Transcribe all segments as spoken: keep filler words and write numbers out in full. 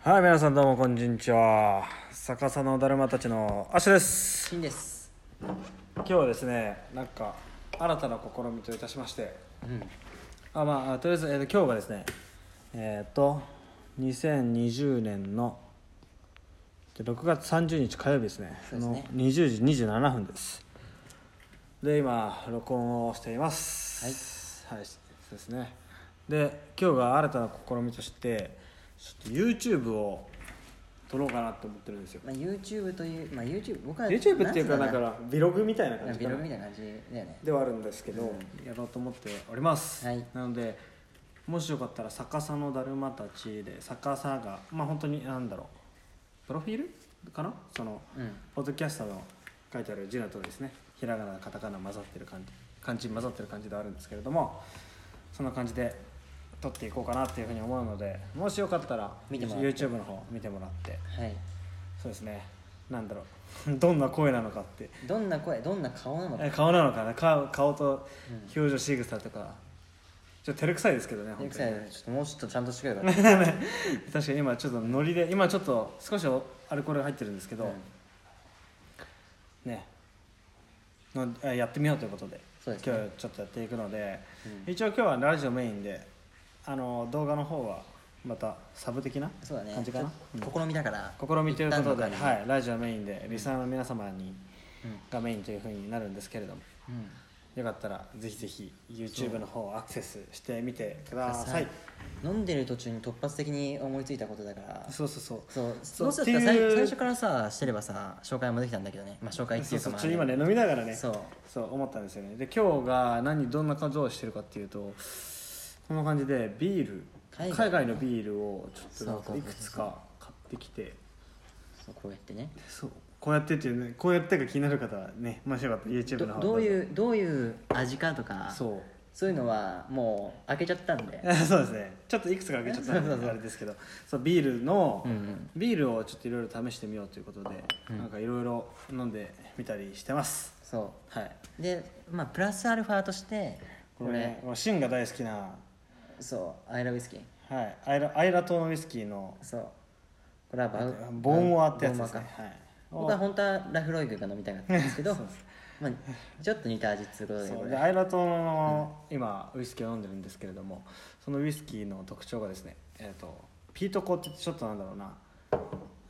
はい、皆さんどうもこんにちは。逆さのだるまたちのアシュです。 金です。 今日はですね、なんか新たな試みといたしまして、 うん、 あまあとりあえず、えー、と今日がですね、えっ、ー、とにせんにじゅうねんのろくがつさんじゅうにち火曜日ですね。 そうですね。 のにじゅうじにじゅうななふんです。で今録音をしています。はい、はい、そうですね。で今日が新たな試みとしてちょっと YouTube を撮ろうかなと思ってるんですよ。 まあ、YouTube という、まあ、YouTube 僕は YouTube っていうかだから Vlog みたいな感じかな Vlog みたいな感じだよね。 ではあるんですけど、 うん、 やろうと思っております、 はい、 なのでもしよかったら逆さのだるまたちで逆さがまあ本当になんだろうプロフィールかなその、うん、ポッドキャストの書いてある字の通りですね、ひらがなカタカナ混ざってる感じ漢字混ざってる感じではあるんですけれども、そんな感じで撮っていこうかなっていうふうに思うので、もしよかったら YouTube の方見てもらって、はい、そうですね、なんだろうどんな声なのかってどんな声どんな顔なのか顔なのかな 顔, 顔と表情仕草とか、うん、ちょっと照れくさいですけどね、 照れくさいね、ちょっともうちょっとちゃんとしてくれば確かに今ちょっとノリで今ちょっと少しアルコールが入ってるんですけど、うん、ねやってみようということで、そうですね、今日ちょっとやっていくので、うん、一応今日はラジオメインであの動画の方はまたサブ的な感じかな、 うん、試みだから試みということで、はい、ラジオメインでリスナーの皆様に、うん、がメインというふうになるんですけれども、うん、よかったらぜひぜひ YouTube の方をアクセスしてみてください。 飲んでる途中に突発的に思いついたことだから、 そうそうそうそうそうそうそう最, 最初からさしてればさ紹介もできたんだけどね、まあ、紹介っていうか、まあ、 そうそう今ね飲みながらねそうそう思ったんですよね。で今日が何どんなことをしてるかっていうと、こんな感じでビール海 外, 海外のビールをちょっとなんかいくつか買ってきて、 そうこうやってね、 そうこうやってっていうね、こうやってが気になる方はね、もしよかったら YouTube の方どどういうどういう味かとか、そうそういうのはもう開けちゃったんでそうですね、ちょっといくつか開けちゃったんであれですけど、そうビールの、うんうん、ビールをちょっといろいろ試してみようということで、うん、なんかいろいろ飲んでみたりしてます。 そう、はい、でまあプラスアルファとしてこれこれシンが大好きなそうアイラウイスキー、 はい、アイラアイラ島のウイスキーのそうこれはバウボーモアってやつですね、はい、 僕は本当はラフロイグが飲みたかったんですけどまあ、ちょっと似た味っていうことで、 そうでアイラ島の、うん、今ウイスキーを飲んでるんですけれども、そのウイスキーの特徴がですね、えー、とピートコってちょっとなんだろうな、うん、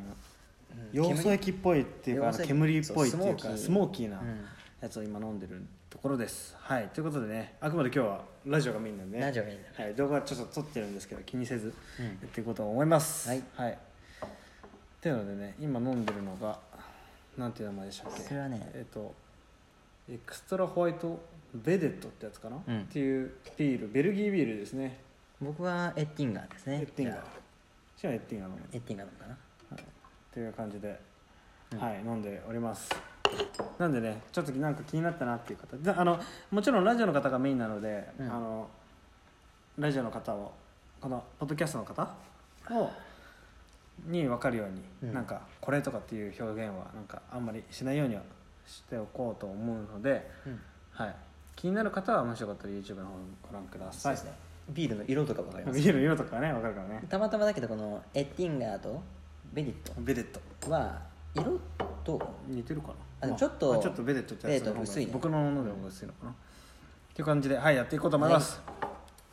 ヨウ素液っぽいっていうか煙っぽいっていうかスモーキーなやつを今飲んでるところです、はい、ということでね、あくまで今日はラジオがメインなんで、ね、 ラジオメインだ、はい、動画はちょっと撮ってるんですけど気にせずやっていこうと思います、うん、はい、はい、っていうのでね、今飲んでるのがなんていう名前でしたっけ、 それはね、 えっ、ー、とエクストラホワイトベデットってやつかな、うん、っていうビール、ベルギービールですね。 僕はエッティンガーですね。 エッティンガー、じゃあエッティンガーのエッティンガーのかな、はい、 っていう感じで、うん、はい、飲んでおります。なんでね、ちょっとなんか気になったなっていう方で、あのもちろんラジオの方がメインなので、うん、あのラジオの方をこのポッドキャストの方をに分かるように、うん、なんかこれとかっていう表現はなんかあんまりしないようにはしておこうと思うので、うん、はい、気になる方はもしよかったら YouTube の方をご覧ください。そうですね、 ビールの色とか分かります。 ビールの色とかね分かるからね。 たまたまだけどこのエッティンガーとベデットベデットは色と似てるかな。 あでもちょっと、 まあ、ちょっとベデットってやつの方が薄い、ね、 僕ののでも薄いのかな、うん、っていう感じで、はい、やっていこうと思います、はい、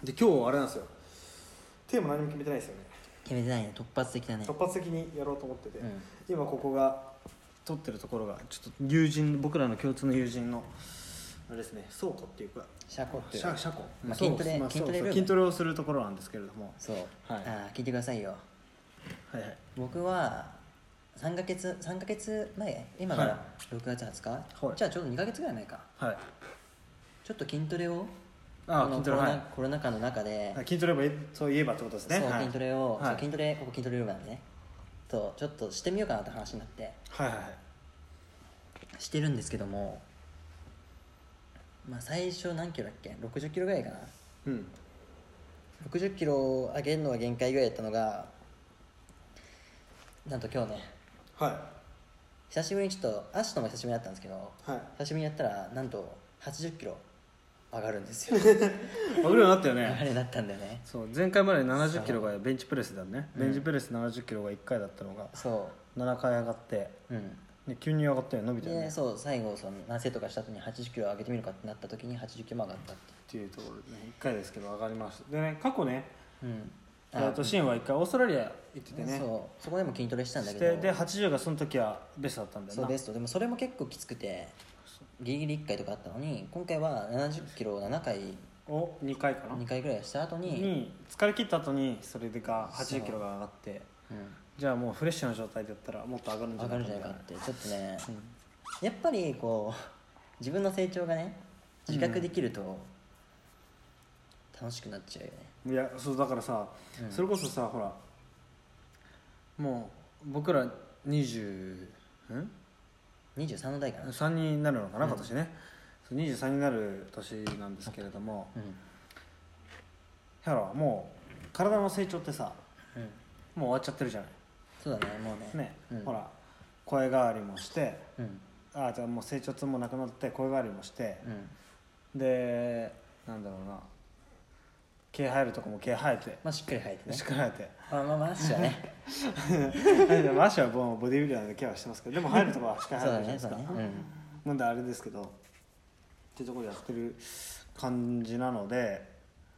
で今日あれなんですよ、テーマ何も決めてないですよね。 決めてないね、突発的だね。 突発的にやろうと思ってて、うん、今ここが撮ってるところがちょっと友人、僕らの共通の友人のあれですね、倉庫っていうか車庫っていう車車庫、 まあ、筋トレ、 まあ、 筋トレルーム、 筋トレをするところなんですけれども、 そう、はい、あ聞いてくださいよ。 はいはい、僕はさんかげつさんかげつまえ、今がろくがつはつか、はい、じゃあちょうどにかげつぐらい前か、はい、ちょっと筋トレをああ筋トレ、 コロナ、はい、コロナ禍の中で筋トレをそういえばってことですね。 そう、 はい、 筋トレを、はい、そう筋トレここ筋トレルームなんでね、とちょっとしてみようかなって話になって、 はいはいはい、 してるんですけども、まあ最初何キロだっけ、ろくじゅっキロぐらいかな、うん、ろくじゅっキロ上げるのが限界ぐらいだったのが、なんと今日ね、はい、久しぶりにちょっとアシュとも久しぶりだったんですけど、はい、久しぶりにやったらなんとはちじゅっキロ上がるんですよ上がるようになったよね。 上がるようになったんだよね。 そう前回までななじゅっキロがベンチプレスだね、ベンチプレスななじゅっキロがいっかいだったのがそうななかい上がって、うんで急に上がったよ、伸びたよね。 でそう最後その何セットかした後にはちじゅっキロ上げてみるかってなった時にはちじゅっキロも上がったってっていうところでね、いっかいですけど上がりました。でね過去ね、 うんえーとシンはいっかいオーストラリア行っててね、 そうそこでも筋トレしたんだけど、 でではちじゅうがその時はベストだったんだよな。 そうベストでもそれも結構きつくてギリギリいっかいとかあったのに、今回はななじゅっキロをななかいをにかいかなにかいぐらいした後にに疲れ切った後にそれがはちじゅっキロが上がって、 うん、 じゃあもうフレッシュな状態だったらもっと上がるんじゃ上がないかるんじゃないかってちょっとね、うん、やっぱりこう自分の成長がね自覚できると楽しくなっちゃうよね、 うん、いやそうだからさ、うん、それこそさほらもう僕らにじゅう、んにじゅうさんの代かなさんになるのかな、今年ね、うん、にじゅうさんになる年なんですけれども、うん、ほらもう体の成長ってさ、うん、もう終わっちゃってるじゃない。 そうだねもうねね、うん、ほら声変わりもして、うん、あじゃあもう成長痛もなくなって声変わりもして、うん、でなんだろうな毛生えるとこも毛生えて、 まあしっかり生えてねしっかり生えてまあまあマッシュはねマッシュはもうボディビルダーでケアしてますけど、でも生えるとこはしっかり生えてるじゃないですか。 そうだね、そうだね、 うん、なんであれですけどっていうところでやってる感じなので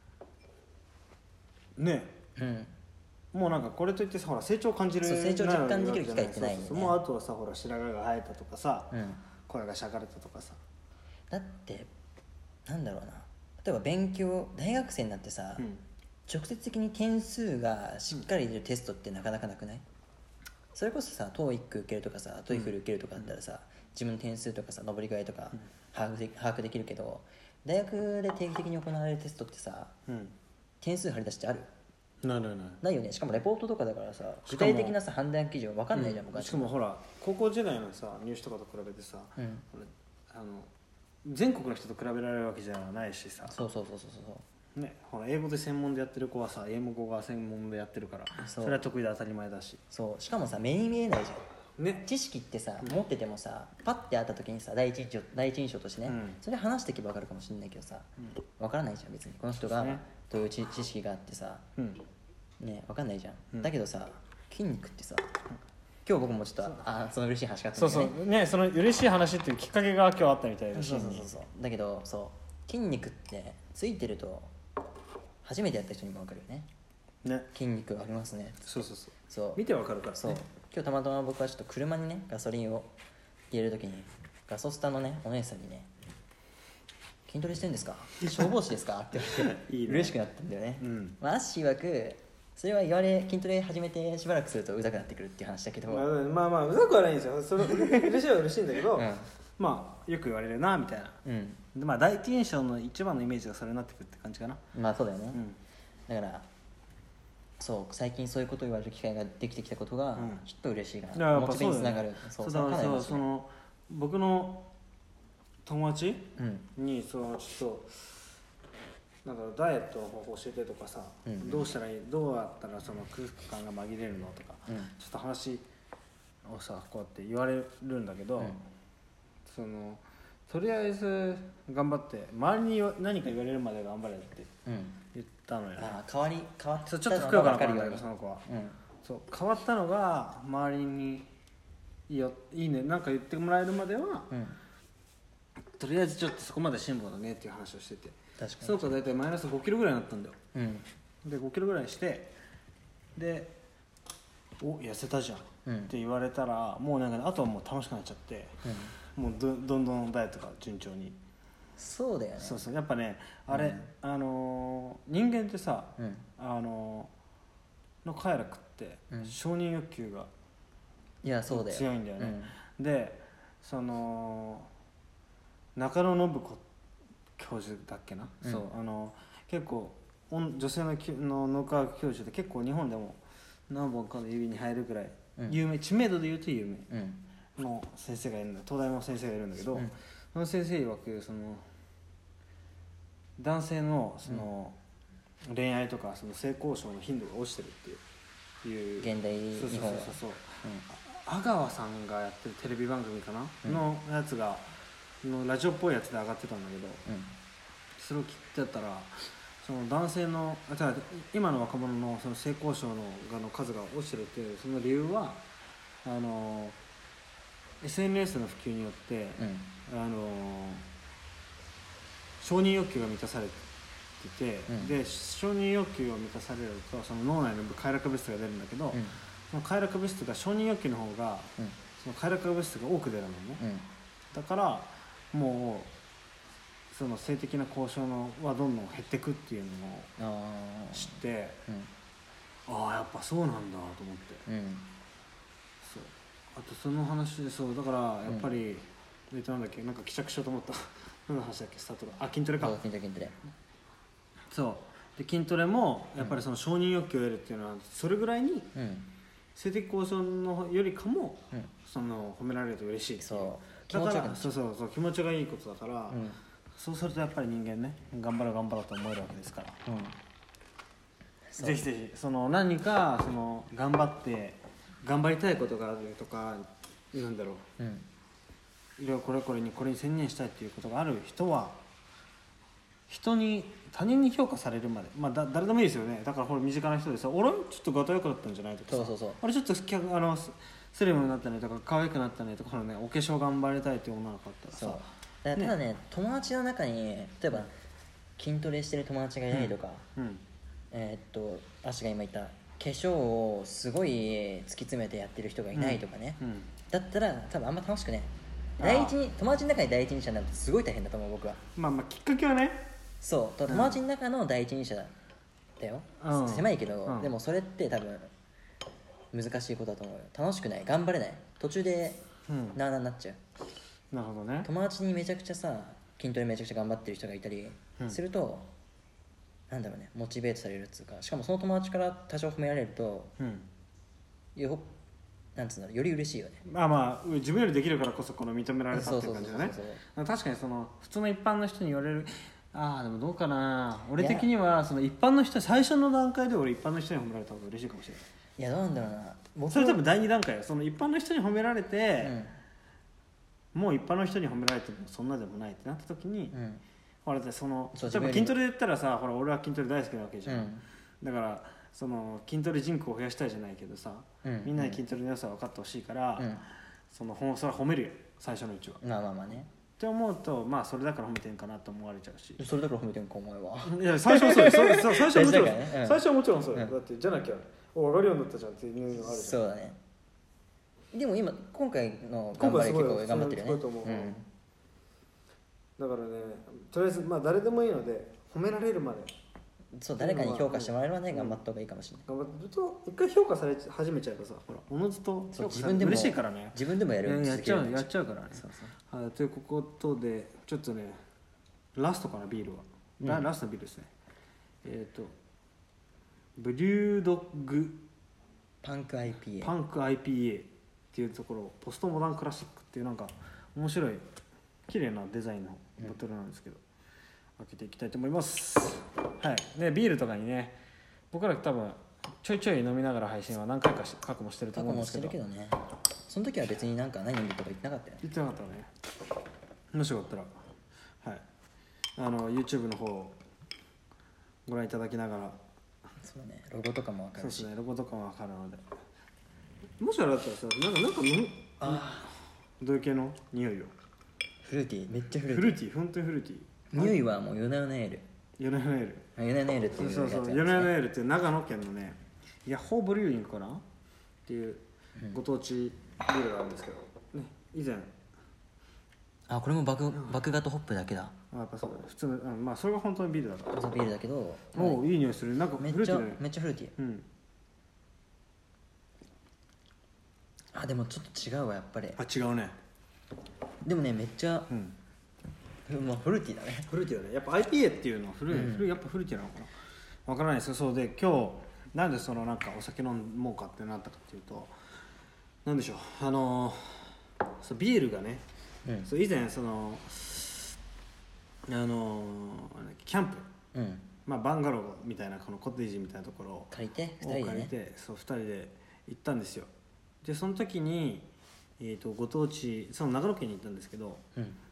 ね、うん、もうなんかこれといってさほら成長を感じるそう成長実感できる機会ってないんで、ね、 そうそうもうあとはさほら白髪が生えたとかさ、うん、声がしゃがれたとかさ、 だってなんだろうな、例えば勉強大学生になってさ、うん、直接的に点数がしっかり出るテストってなかなかなくない？それこそさ トーイック 受けるとかさ トーイックル 受けるとかだったらさ、自分の点数とかさ上り具合とか把握で、把握できるけど、大学で定期的に行われるテストってさ、うん、点数張り出しってある？ ないないないないよね。しかもレポートとかだからさ具体的なさ判断基準分かんないじゃん、 うん、しかもほら高校時代のさ入試とかと比べてさ、うん、あの全国の人と比べられるわけじゃないしさ、 そうそうそうそうそうね、ほら英語で専門でやってる子はさ英語が専門でやってるから そ, それは得意で当たり前だし、 そうしかもさ目に見えないじゃん、ね、知識ってさ、うん、持っててもさパッて会った時にさ第一印象第一印象としてね、うん、それ話していけば分かるかもしれないけどさ、うん、分からないじゃん別にこの人がどういう知識があってさ、うんね、分かんないじゃん、うん、だけどさ筋肉ってさ、今日僕もちょっとあその嬉しい話があったんだよね。 そうそうね、その嬉しい話っていうきっかけが今日あったみたいだし、 そうそうそうそうだけどそう筋肉ってついてると初めてやった人にも分かるよね。ね筋肉ありますね。 そうそうそうそう見て分かるからね。 そう今日たまたま僕はちょっと車にねガソリンを入れるときにガソスタのねお姉さんにね筋トレしてるんですか消防士ですかって言われていい、ね、嬉しくなったんだよね、うんまあ、アッシー曰くそれは言われ筋トレ始めてしばらくするとうざくなってくるっていう話だけど、 まあ、まあまあうざくはないんですよ。それ嬉しいは嬉しいんだけど、うん、まあよく言われるなみたいな、うん、でまあ第一印象の一番のイメージがそれになってくるって感じかな。 まあそうだよね、うん、だからそう最近そういうことを言われる機会ができてきたことがちょっと嬉しいかな、うん、モチベにつながる。 そうそうだからその僕の友達に、うん、そのちょっとなんかダイエットの方法教えてとかさ、うんうん、どうしたらいいどうやったらその空腹感が紛れるのとか、うん、ちょっと話をさこうやって言われるんだけど、うん、そのとりあえず頑張って周りに何か言われるまで頑張れって言ったのよ、ねうん、あ変わり変わったちょっとふくよかな子なんだけどその子は、うん、そう変わったのが周りにいいよいいねなんか言ってもらえるまでは、うん、とりあえずちょっとそこまで辛抱だねっていう話をしてて、確かにそうか大体マイナスごキロぐらいになったんだよ、うん、でごキロぐらいしてでお痩せたじゃん、うん、って言われたらもうなんか、ね、あとはもう楽しくなっちゃって、うん、もう ど, どんどんダイエットが順調に。 そうだよね。 そうそうやっぱねあれ、うん、あのー、人間ってさ、うん、あのー、の快楽って、うん、承認欲求がいやそうだよ強いんだよね、うん、でその中野信子教授だっけな、うん、そうあの結構女性 の, の脳科学教授で結構日本でも何本かの指に入るぐらい有名、うん、知名度で言うと有名の先生がいるんだ、東大の先生がいるんだけど、うん、その先生曰くその男性 の, その、うん、恋愛とかその性交渉の頻度が落ちてるっていう現代日本はそうそうそうそう、 うん、阿川さんがやってるテレビ番組かな、うん、のやつがのラジオっぽいやつで上がってたんだけど、うん、 それを聞いてたらその男性のあただ今の若者のその性交渉のがの数が落ちてるっていうその理由はあの エスエヌエス の普及によって、うん、あの承認欲求が満たされてて、うん、で承認欲求を満たされるとその脳内の快楽物質が出るんだけど、うん、その快楽物質が承認欲求の方が、うん、その快楽物質が多く出るのね、うん、だからもうその性的な交渉のはどんどん減ってくっていうのを知って、うん、ああやっぱそうなんだと思って、うん、そうあとその話でそうだからやっぱり、うん、なんだっけなんか希釈しようと思った何の話だっけスタートがあ筋トレか筋トレ筋トレそうで筋トレもやっぱりその承認欲求を得るっていうのはそれぐらいに、うん、性的交渉のよりかも、うん、その褒められると嬉しいっていうそうだからそうそうそう気持ちがいいことだから、うん、そうするとやっぱり人間ね頑張ろう頑張ろうと思えるわけですから、うん、ぜひぜひその何かその頑張って頑張りたいことがあるとかなんだろう、うん、いろいろこれこれにこれに専念したいっていうことがある人は人に他人に評価されるまで、まあ、だ誰でもいいですよね。だからこれ身近な人でさ俺ちょっとガタ良くなったんじゃないとかさそうそうそうあれちょっとあのスリムになったねとか可愛くなったねとか、ね、お化粧頑張りたいっていう女の子だったらさだただね、ね友達の中に例えば筋トレしてる友達がいないとか、うんうん、えー、っと足が今言った化粧をすごい突き詰めてやってる人がいないとかね、うんうん、だったら多分あんま楽しくね第一に友達の中に第一人者になるとすごい大変だと思う僕は。 まあまあきっかけはねそう友達の中の第一人者だよ、うん、狭いけど、うん、でもそれって多分難しいことだと思うよ。楽しくない頑張れない途中でなあなあになっちゃう、 うん、なるほどね。 友達にめちゃくちゃさ筋トレめちゃくちゃ頑張ってる人がいたりすると、うん、なんだろうねモチベートされるっつうかしかもその友達から多少褒められると、うん、よなんつうんだろうより嬉しいよね。 まあまあ自分よりできるからこそこの認められたっていう感じだね。確かにその普通の一般の人に言われるああでもどうかな俺的にはその一般の人最初の段階で俺一般の人に褒められた方が嬉しいかもしれない。 いやどうなんだろうなそれ多分だいに段階よ。その一般の人に褒められて、うん、もう一般の人に褒められてもそんなでもないってなった時に、うん、ほらその例えば筋トレで言ったらさほら俺は筋トレ大好きなわけじゃん、うん、だからその筋トレ人口を増やしたいじゃないけどさ、うん、みんなに筋トレの良さを分かってほしいから、うん、そのそれは褒めるよ最初のうちは。 まあまあまあねって思うとまあそれだから褒めてんかなと思われちゃうしそれだから褒めてんかお前は。 いや最初はそうです最初はもちろん、ねうん、最初はもちろんそうです、うん、だってじゃなきゃお上がるようになったじゃんっていうのがあるじゃん。 そうだね。でも今今回の頑張り結構頑張ってるよね。 すごいと思う、うん、だからねとりあえずまあ誰でもいいので褒められるまでそう誰かに評価してもらえるまで頑張った方がいいかもしれない。 頑張ってると一回評価され始めちゃえばさほらおのずと評価されて嬉しいからね自分でもやるやっちゃうやっちゃうからね。そうそう、はい、ということでちょっとねラストかなビールは、うん、ラ, ラストのビールですねえっ、ー、とブリュードッグパンク アイピーエーパンク アイピーエー っていうところポストモダンクラシックっていうなんか面白い綺麗なデザインのボトルなんですけど、うん、開けていきたいと思います。はい、でビールとかにね僕ら多分ちょいちょい飲みながら配信は何回か過去もしてると思うんですけど過去もしてるけどねその時は別になんか何飲んでとか言ってなかったよね。 言ってなかったね。もしよかったらはいあの YouTube の方をご覧いただきながらそうだねロゴとかも分かるしそうですねロゴとかも分かるのでもしあれだったらさなんかなんか飲あどういう系の匂いをフルーティーめっちゃフルーティーフルーティー本当にフルーティー匂いはもうヨナヨナエールヨナヨナエールヨナヨナエールっていうやつそうそうそうヨナヨナエールっていう長野県のねヤッホーブリューイングかなっていうご当地ビールがあるんですけど、ね、以前あこれも麦麦芽とホップだけだ。 あやっぱそうだね普通の、うん、まあそれが本当にビールだからそうビールだけどもういい匂いするなんかフルーティーだねめっちゃフルーティー、うん、あでもちょっと違うわやっぱり。 あ違うねでもねめっちゃ、うんまあ、フルーティーだねフルーティーだねやっぱ アイピーエー っていうのはフル、うん、やっぱフルーティーなのかなわからないですけどそうで今日なんでそのなんかお酒飲もうかってなったかっていうとなんでしょうあのそうビールがね、うん、そう以前そのあのキャンプ、うんまあ、バンガローみたいなこのコテージみたいなところを借りてふたりで、ね、借りてそうふたりで行ったんですよ。でその時に、えー、とご当地その長野県に行ったんですけど、うん、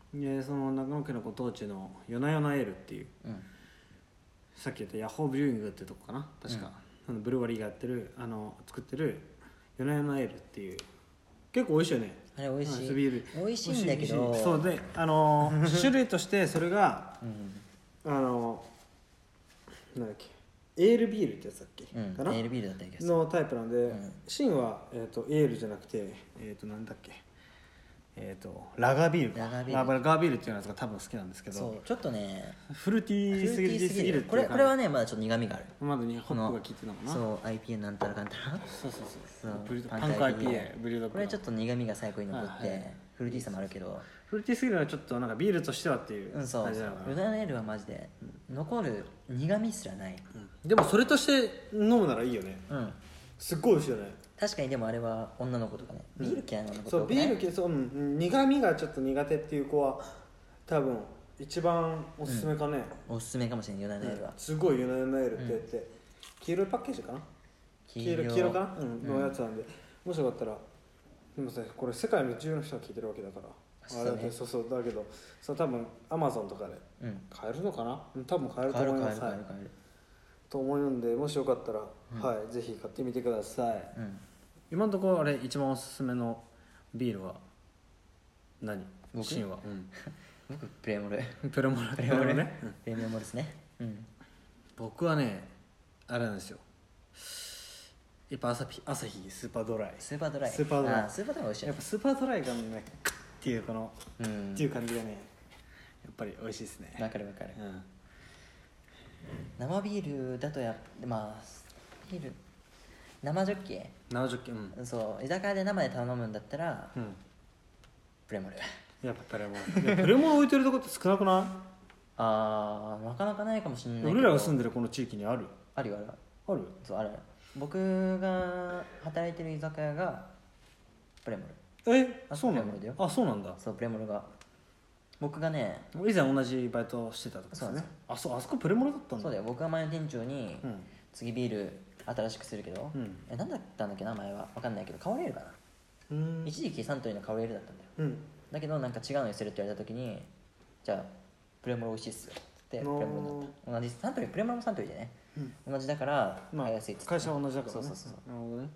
でその長野県のご当地の夜な夜なエールっていう、 うん、 さっき言ったヤホーブリューイングってとこかな確か、うん、あのブルワリーがやってるあの作ってる夜な夜なエールっていう結構美味しいよね。 あれ美味しい、 ビール美味しいんだけど、 そうであの種類としてそれが、 うん、 あのなんだっけエールビールってやつだっけ、 うん、 かなエールビールだった気がのタイプなんで、 うん、 シンは、えー、とエールじゃなくて、えー、となんだっけえー、とラガービールかラガービールラガービールっていうやつが多分好きなんですけど、 そうちょっとねフルーティーすぎるすぎるっていうこれこれはねまだちょっと苦みがある。 まだにホップが効いてるのかな。 そう アイピーエー なんたらかんたらそうそうそうそうブリュードパンク アイピーエー ブリュードこれちょっと苦みが最高に残って、 はいはい、 フルーティーさもあるけどフルーティーすぎるのはちょっとなんかビールとしてはっていううんそう感じなのかな。 ヨダネールはマジで残る苦みすらない、 うん、でもそれとして飲むならいいよね。 うんすっごい美味しいよね。 確かに。でもあれは女の子とかね、ビール嫌いな女の子とか、ね、 そうビール系そう、うん、苦味がちょっと苦手っていう子は多分一番おすすめかね、 うん、おすすめかもしれないヨダネールは、 うん、すごいヨダネールって言って、うん、黄色いパッケージかな黄色黄色かな、うん、のやつなんで、もしよかったらでもさこれ世界の中の人が聞いてるわけだからあれだけそうそうだけどそう多分アマゾンとかで買えるのかな、うん、多分買えると思います。 買える買える買えると思うんでもしよかったら、うん、はいぜひ買ってみてください、うん、今のところあれ一番おすすめのビールは何？ 僕シンは、うん、 僕プレモルプレモルプレモルね、うん、プレミアムですね、うん、 僕はねあれなんですよやっぱ朝日朝日スーパードライスーパードライスーパードライスーパードライ美味しいやっぱスーパードライがねクッっていうこの、うん、っていう感じがねやっぱり美味しいですね。 わかるわかる、 うん、 生ビールだとやまあビール生ジョッキ生ジョッキ、うん、 そう居酒屋で生で頼むんだったら、うん、プレモルやっぱプレモルプレモル置いてるとこって少なくない？ あーなかなかないかもしれないけど俺らが住んでるこの地域にある？ あるよあるある？ そうある。僕が働いてる居酒屋がプレモル。 えあそうなんだよ。あそうなんだ。 そうプレモルが僕がね以前同じバイトしてたとかですね。あそうあそこプレモルだったんだ。 そうだよ。僕が前の店長に、うん、次ビール新しくするけど、うん、え何だったんだっけな前は分かんないけどカオレールかな。うん一時期サントリーのカオレールだったんだよ、うん、だけどなんか違うのにするって言われた時にじゃあプレモル美味しいっすよってプレモルになった同じサントリープレモルもサントリーでね、うん、同じだから買いやすいっつって、 まあ、会社は同じだからね。 そうそうそうなるほどね。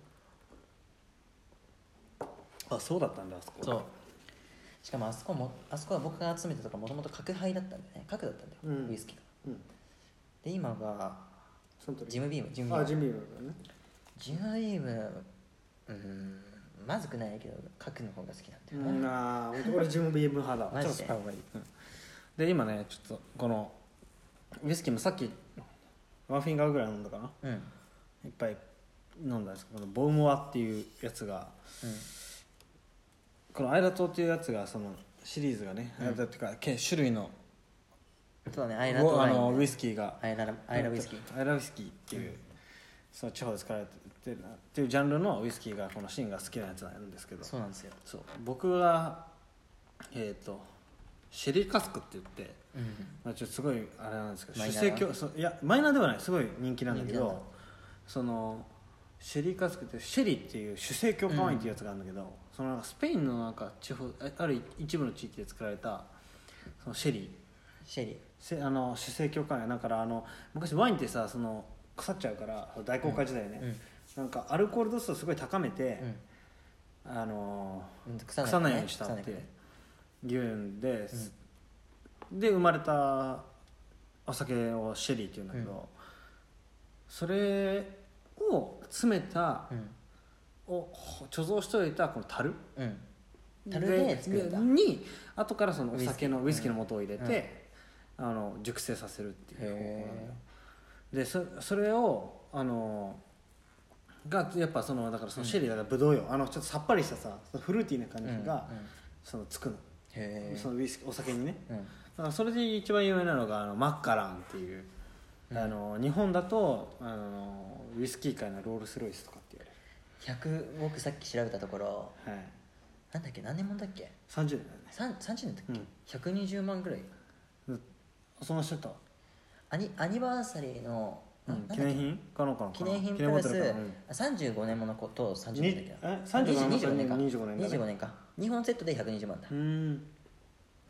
あそうだったんだあそこ。 そうしかもあそこもあそこは僕が集めたとかもともと角杯だったんだよね角だったんだよ、うん、ウイスキーが、うん、で今がジムビームジムビームあジムビームだね。 ジムビームうんまずくないけど角の方が好きなんだよね。 あ俺ジムビーム派だマジで、 うん、で今ねちょっとこのウイスキーもさっきワンフィンガーぐらい飲んだかな、うん、いっぱい飲んだんですけどこのボウモアっていうやつが、うん、このアイラ島っていうやつがそのシリーズがね、うん、アイラ島っていうか種類のそうだねアイラ島あのウイスキーがアイラアイラウイスキーアイラウイスキーっていう、うん、その地方で使われてるっていうジャンルのウイスキーがこのシンが好きなやつなんですけどそうなんですよ。 そう僕がえっ、ー、とシェリーカスクって言って、うんまあ、ちょっとすごいあれなんですけど主成教いやマイナーではないすごい人気なんだけどそのシェリーカスクってシェリーっていう主成教ワインっていうやつがあるんだけど、うん、そのなんかスペインのなんか地方ある一部の地域で作られたそのシェリーシェリーあの主成教ワインだからあの昔ワインってさその腐っちゃうから大航海時代ね、うんうん、なんかアルコール度数をすごい高めて、うん、あの腐らないようにしたっていうんで、うん、で生まれたお酒をシェリーっていうんだけど、うん、それを詰めた、うん、を貯蔵しておいたこの樽、うん、 樽で作るんだに後からそのお酒のウイスキーの素を入れて、うん、あの熟成させるっていうで そ, それをあのがやっぱそのだからそのシェリーだからブドウよ、うん、あのちょっとさっぱりしたさフルーティーな感じが、うんうん、そのつくのへそのウイスキーお酒にね、うん、だからそれで一番有名なのがあのマッカランっていう、うん、あの日本だとあのウイスキー界のロールスロイスとかって言われるひゃく僕さっき調べたところ、はい、なんだっけ何年もんだっけさんじゅうねんだねさんじゅうねんだっけ、うん、ひゃくにじゅうまんぐらい、 うん、そんなしてたア ニ, アニバーサリーの、 うん、記念品かのかな記念品プラス、うん、さんじゅうごねんものことさんじゅうねんだっけえさんじゅうごねんにじゅうごねんかにじゅうごねんだねにじゅうごねんかにほんセットでひゃくにじゅうまんだうん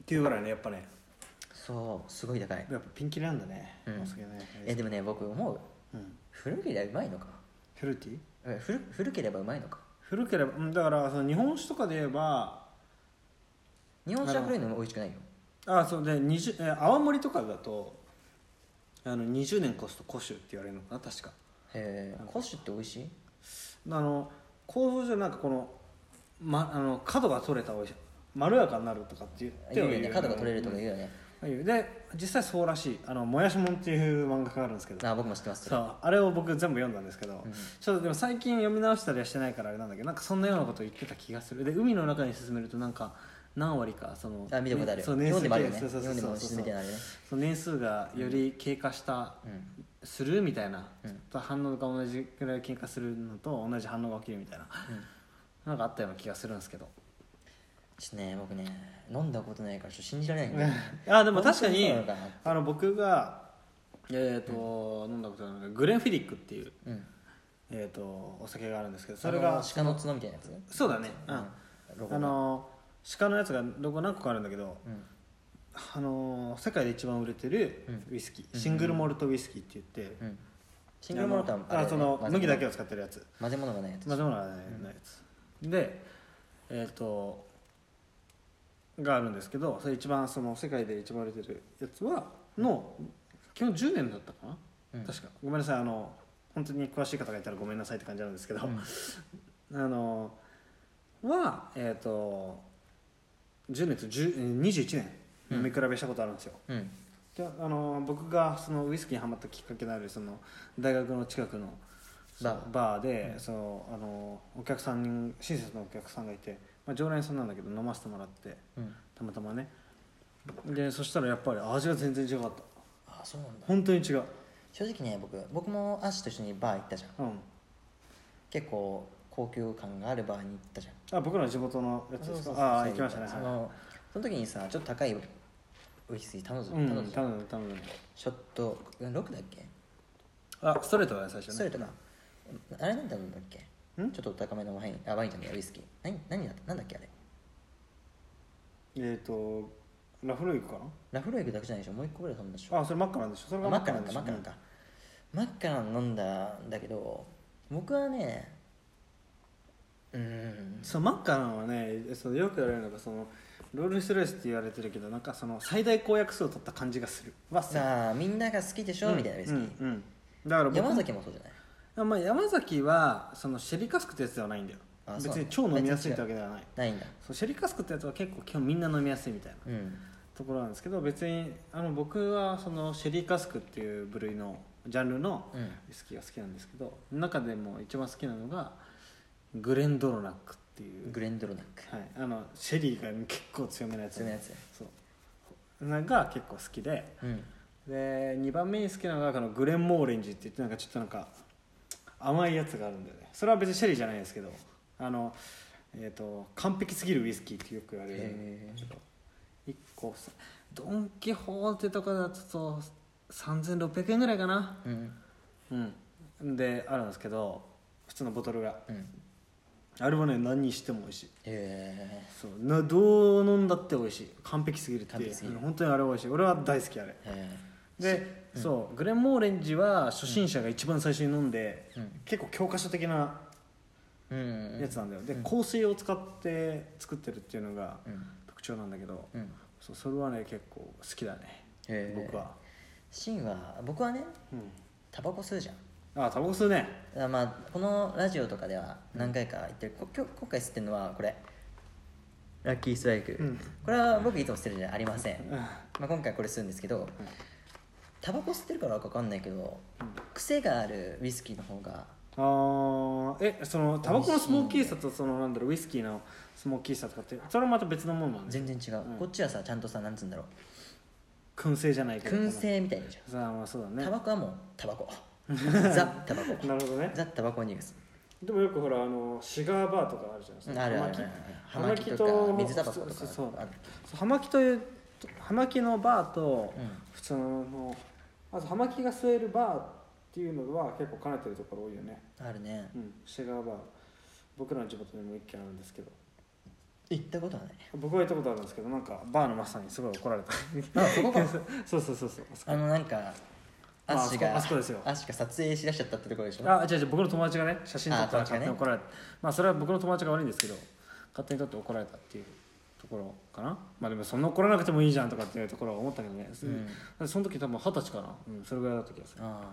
っていうぐらいねやっぱねそうすごい高い。 やっぱピンキリなんだね、 うん、 お酒ね。 えでもね僕思う、 うん、 古ければうまいのか。 フルーティーえ古古ければうまいのか。 古ければだからその日本酒とかで言えば日本酒は古いのも美味しくないよ。 ああそうでにじゅうえ泡盛とかだとあのにじゅうねん越すと古酒って言われるのかな確か。 へえ古酒って美味しい。 あの構造上なんかこの、ま、あの角が取れたおいしいまろやかになるとかって言って言うよね。角が取れるとか言うよね、 うん、で実際そうらしい。あのもやしもんっていう漫画があるんですけど、 あ僕も知ってます。 そうあれを僕全部読んだんですけど、うん、ちょっとでも最近読み直したりはしてないからあれなんだけどなんかそんなようなことを言ってた気がする。で海の中に進めるとなんか何割かそのあ見たことある。 そう年数日本でもあるよね。 そうそうそうそう日本でも沈めてあるね。 その年数がより経過した、うん、するみたいな、うん、反応が同じくらい経過するのと同じ反応が起きるみたいな、うん、なんかあったような気がするんですけど。 ちょっとね僕ね飲んだことないからちょっと信じられないんだよあでも確かにあの僕がえっ、ー、と、うん、飲んだことないグレンフィディックっていう、うん、えー、とお酒があるんですけどそれが鹿の角みたいなやつ。 そうだね、うん、あの鹿のやつがロゴ何個かあるんだけど、うん、あの世界で一番売れてるウイスキー、うん、シングルモルトウイスキーって言って、うん、 シングルモルトはあれ、ね、 あその麦だけを使ってるやつ混ぜ物がないやつ混ぜ物がないやつ、うん、でえっ、ー、とがあるんですけどそれ一番その世界で一番売れてるやつはの基本じゅうねんだったかな、うん、確かごめんなさいあの本当に詳しい方がいたらごめんなさいって感じなんですけど、うん、あのはえっ、ー、とじゅうねんとにじゅういちねん飲み比べしたことあるんですよ、うん、であの僕がそのウイスキーにハマったきっかけのあるその大学の近くのバー、バーで、うん、そのあのお客さんに親切なお客さんがいて、まあ、常連さんなんだけど飲ませてもらって、うん、たまたまねでそしたらやっぱり味が全然違かった。 あそうなんだ。 本当に違う。 正直ね僕僕もアッシュと一緒にバー行ったじゃん、うん、結構高級感があるバーに行ったじゃん。 あ僕の地元のやつですか。ああ行きましたね。 そのその時にさちょっと高いウイスキー頼む頼む頼む頼むショットろくだっけ。 あストレートだね最初ね。 ストレートか、うん、あれ何頼んだっけ。んちょっと高めのワインあワインじゃねえウイスキー何何だったなんだっけあれ。 えっ、ー、とラフロイグかな。 ラフロイグだけじゃないでしょ。もう一個ぐらい頼んだでしょ。 あそれマッカランでしょ。それがマッカランかマッカランか、うん、マッカラン飲んだんだけど僕はねうんそうマッカランはねそのよく言われるのがそのロールスロイスって言われてるけどなんかその最大公約数を取った感じがするわさあみんなが好きでしょ、うん、みたいなウイスキー、うんうん、 だから山崎もそうじゃない。 まあ、山崎はそのシェリーカスクってやつではないんだよ。別に超飲みやすいってわけではない。 ないんだ。 そうシェリーカスクってやつは結構基本みんな飲みやすいみたいな、うん、ところなんですけど別にあの僕はそのシェリーカスクっていう部類のジャンルのウイスキーが好きなんですけど、うん、中でも一番好きなのがグレンドロナックっていうグレンドロナック、 はい、あのシェリーが結構強めのやつ強めのやつそうなんか結構好きで、うん、でにばんめに好きなのがこのグレンモーレンジって言ってなんかちょっとなんか甘いやつがあるんだよね。それは別にシェリーじゃないですけどあの、えー、と完璧すぎるウイスキーってよく言われるいっこドン・キホーテとかだとさんぜんろっぴゃくえんぐらいかな、うんうん、であるんですけど普通のボトルが、うん、あれはね何にしても美味しい、えー、そうなどう飲んだって美味しい完璧すぎるって本当にあれ美味しい。俺は大好きあれ、えーで、うん、そうグレンモーレンジは初心者が一番最初に飲んで、うん、結構教科書的なやつなんだよ、うん、で香水を使って作ってるっていうのが特徴なんだけど、うん、そうそれはね結構好きだね僕は。 シンは僕はね、うん、タバコ吸うじゃん。 ああタバコ吸うね。 まあこのラジオとかでは何回か言ってる、うん、今回吸ってるのはこれラッキーストライク、うん、これは僕いつも吸ってるじゃありません、うんまあ、今回これ吸うんですけど、うんタバコ吸ってるからか分かんないけど、うん、癖があるウイスキーの方があえそのタバコのスモーキーさとそのなんだろうウイスキーのスモーキーさとかってそれはまた別のものなんです全然違う、うん、こっちはさちゃんとさなんつうんだろう燻製じゃないけど燻製みたいなじゃん。あ、まあ、そうだね。 タバコはもうタバコザタバコなるほどね。 ザタバコニュースでもよくほらあのシガーバーとかあるじゃないですか。 あるあるある葉巻とか水タバコとかそうそう葉巻という葉巻のバーと普通のまず葉巻が吸えるバーっていうのは結構兼ねてるところ多いよね。 あるね、 うん、シガーバー僕らの地元にも一軒あるんですけど行ったことはない。 僕は行ったことあるんですけど、なんかバーのマスターにすごい怒られた。 あそこかそうそうそうそう。 あのなんかアッシュが、 あそこですよ。 アッシュが撮影しだしちゃったってところでしょ。 あ、違う違う、僕の友達がね写真撮ったら勝手に怒られた、 ね、 まあそれは僕の友達が悪いんですけど、勝手に撮って怒られたっていうところかな。まあでもそんな怒らなくてもいいじゃんとかっていうところは思ったけどね、うん、その時多分二十歳かな、うん、それぐらいだった気がする。あ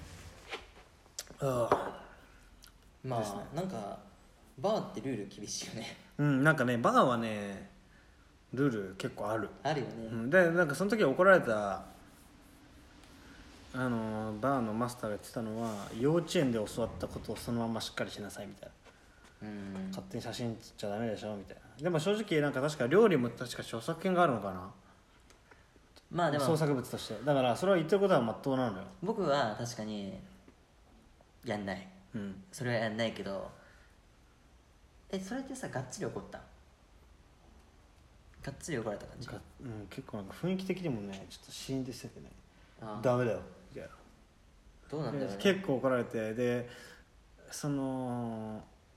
あまあ、ね、なんかバーってルール厳しいよね。 うん、なんかねバーはねルール結構あるあるよね、 うん、でなんかその時怒られたあのバーのマスターが言ってたのは、幼稚園で教わったことをそのまましっかりしなさいみたいな、うん、勝手に写真撮っちゃダメでしょみたいな。でも正直なんか確か料理も確か著作権があるのかな、まあでも創作物として。だからそれは言ってることはまっとうなのよ。 僕は確かにやんない、うん、それはやんないけど、えそれってさがっつり怒ったがっつり怒られた感じ、 うん、結構なんか雰囲気的にもねちょっとシーンとしててね、ダメだよみたいな。 どうなんだろうね、 結構怒られて、でその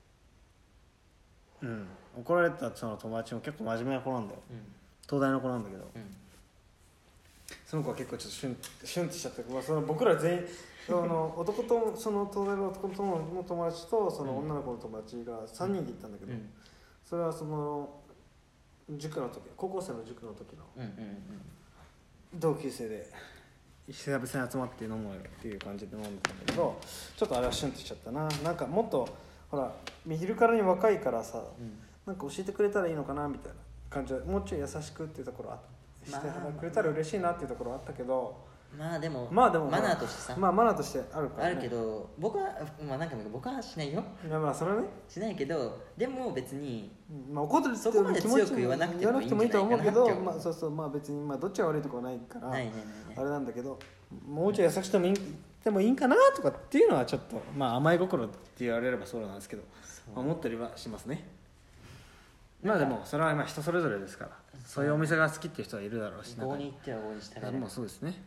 うん怒られたその友達も結構真面目な子なんだよ、うん、東大の子なんだけど、うん、その子は結構ちょっとシュンシュンってしちゃって、まあ、その僕ら全員その男とその東大の男の友達とその女の子の友達がさんにんで行ったんだけど、うん、それはその塾の時、高校生の塾の時の同級生で久々に集まって飲もうよっていう感じで飲んでたんだけど、ちょっとあれはシュンとしちゃったな。なんかもっとほら見昼からに若いからさ、うん、なんか教えてくれたらいいのかなみたいな感じで、もうちょい優しくっていうところあしてくれたら嬉しいなっていうところあったけど、 まあでもまあでもマナーとしてさ、 まあマナーとしてあるから、ね、 あるけど僕はまあなんか僕はしないよ。 いやまあそれはねしないけど、でも別に、 まあ怒ってるそこまで強く言わなくてもいいんじゃないかなって思うけど、 まあそうそうまあ別にまあどっちが悪いとこはないからないねないねあれなんだけど、もうちょい優しくてもいいでもいいんかなとかっていうのはちょっとまあ甘い心って言われればそうなんですけど、まあ、思ったりはしますね。まあでもそれはまあ人それぞれですから、そういうお店が好きっていう人はいるだろうし、 棒に行っては棒にしたらもうそうですね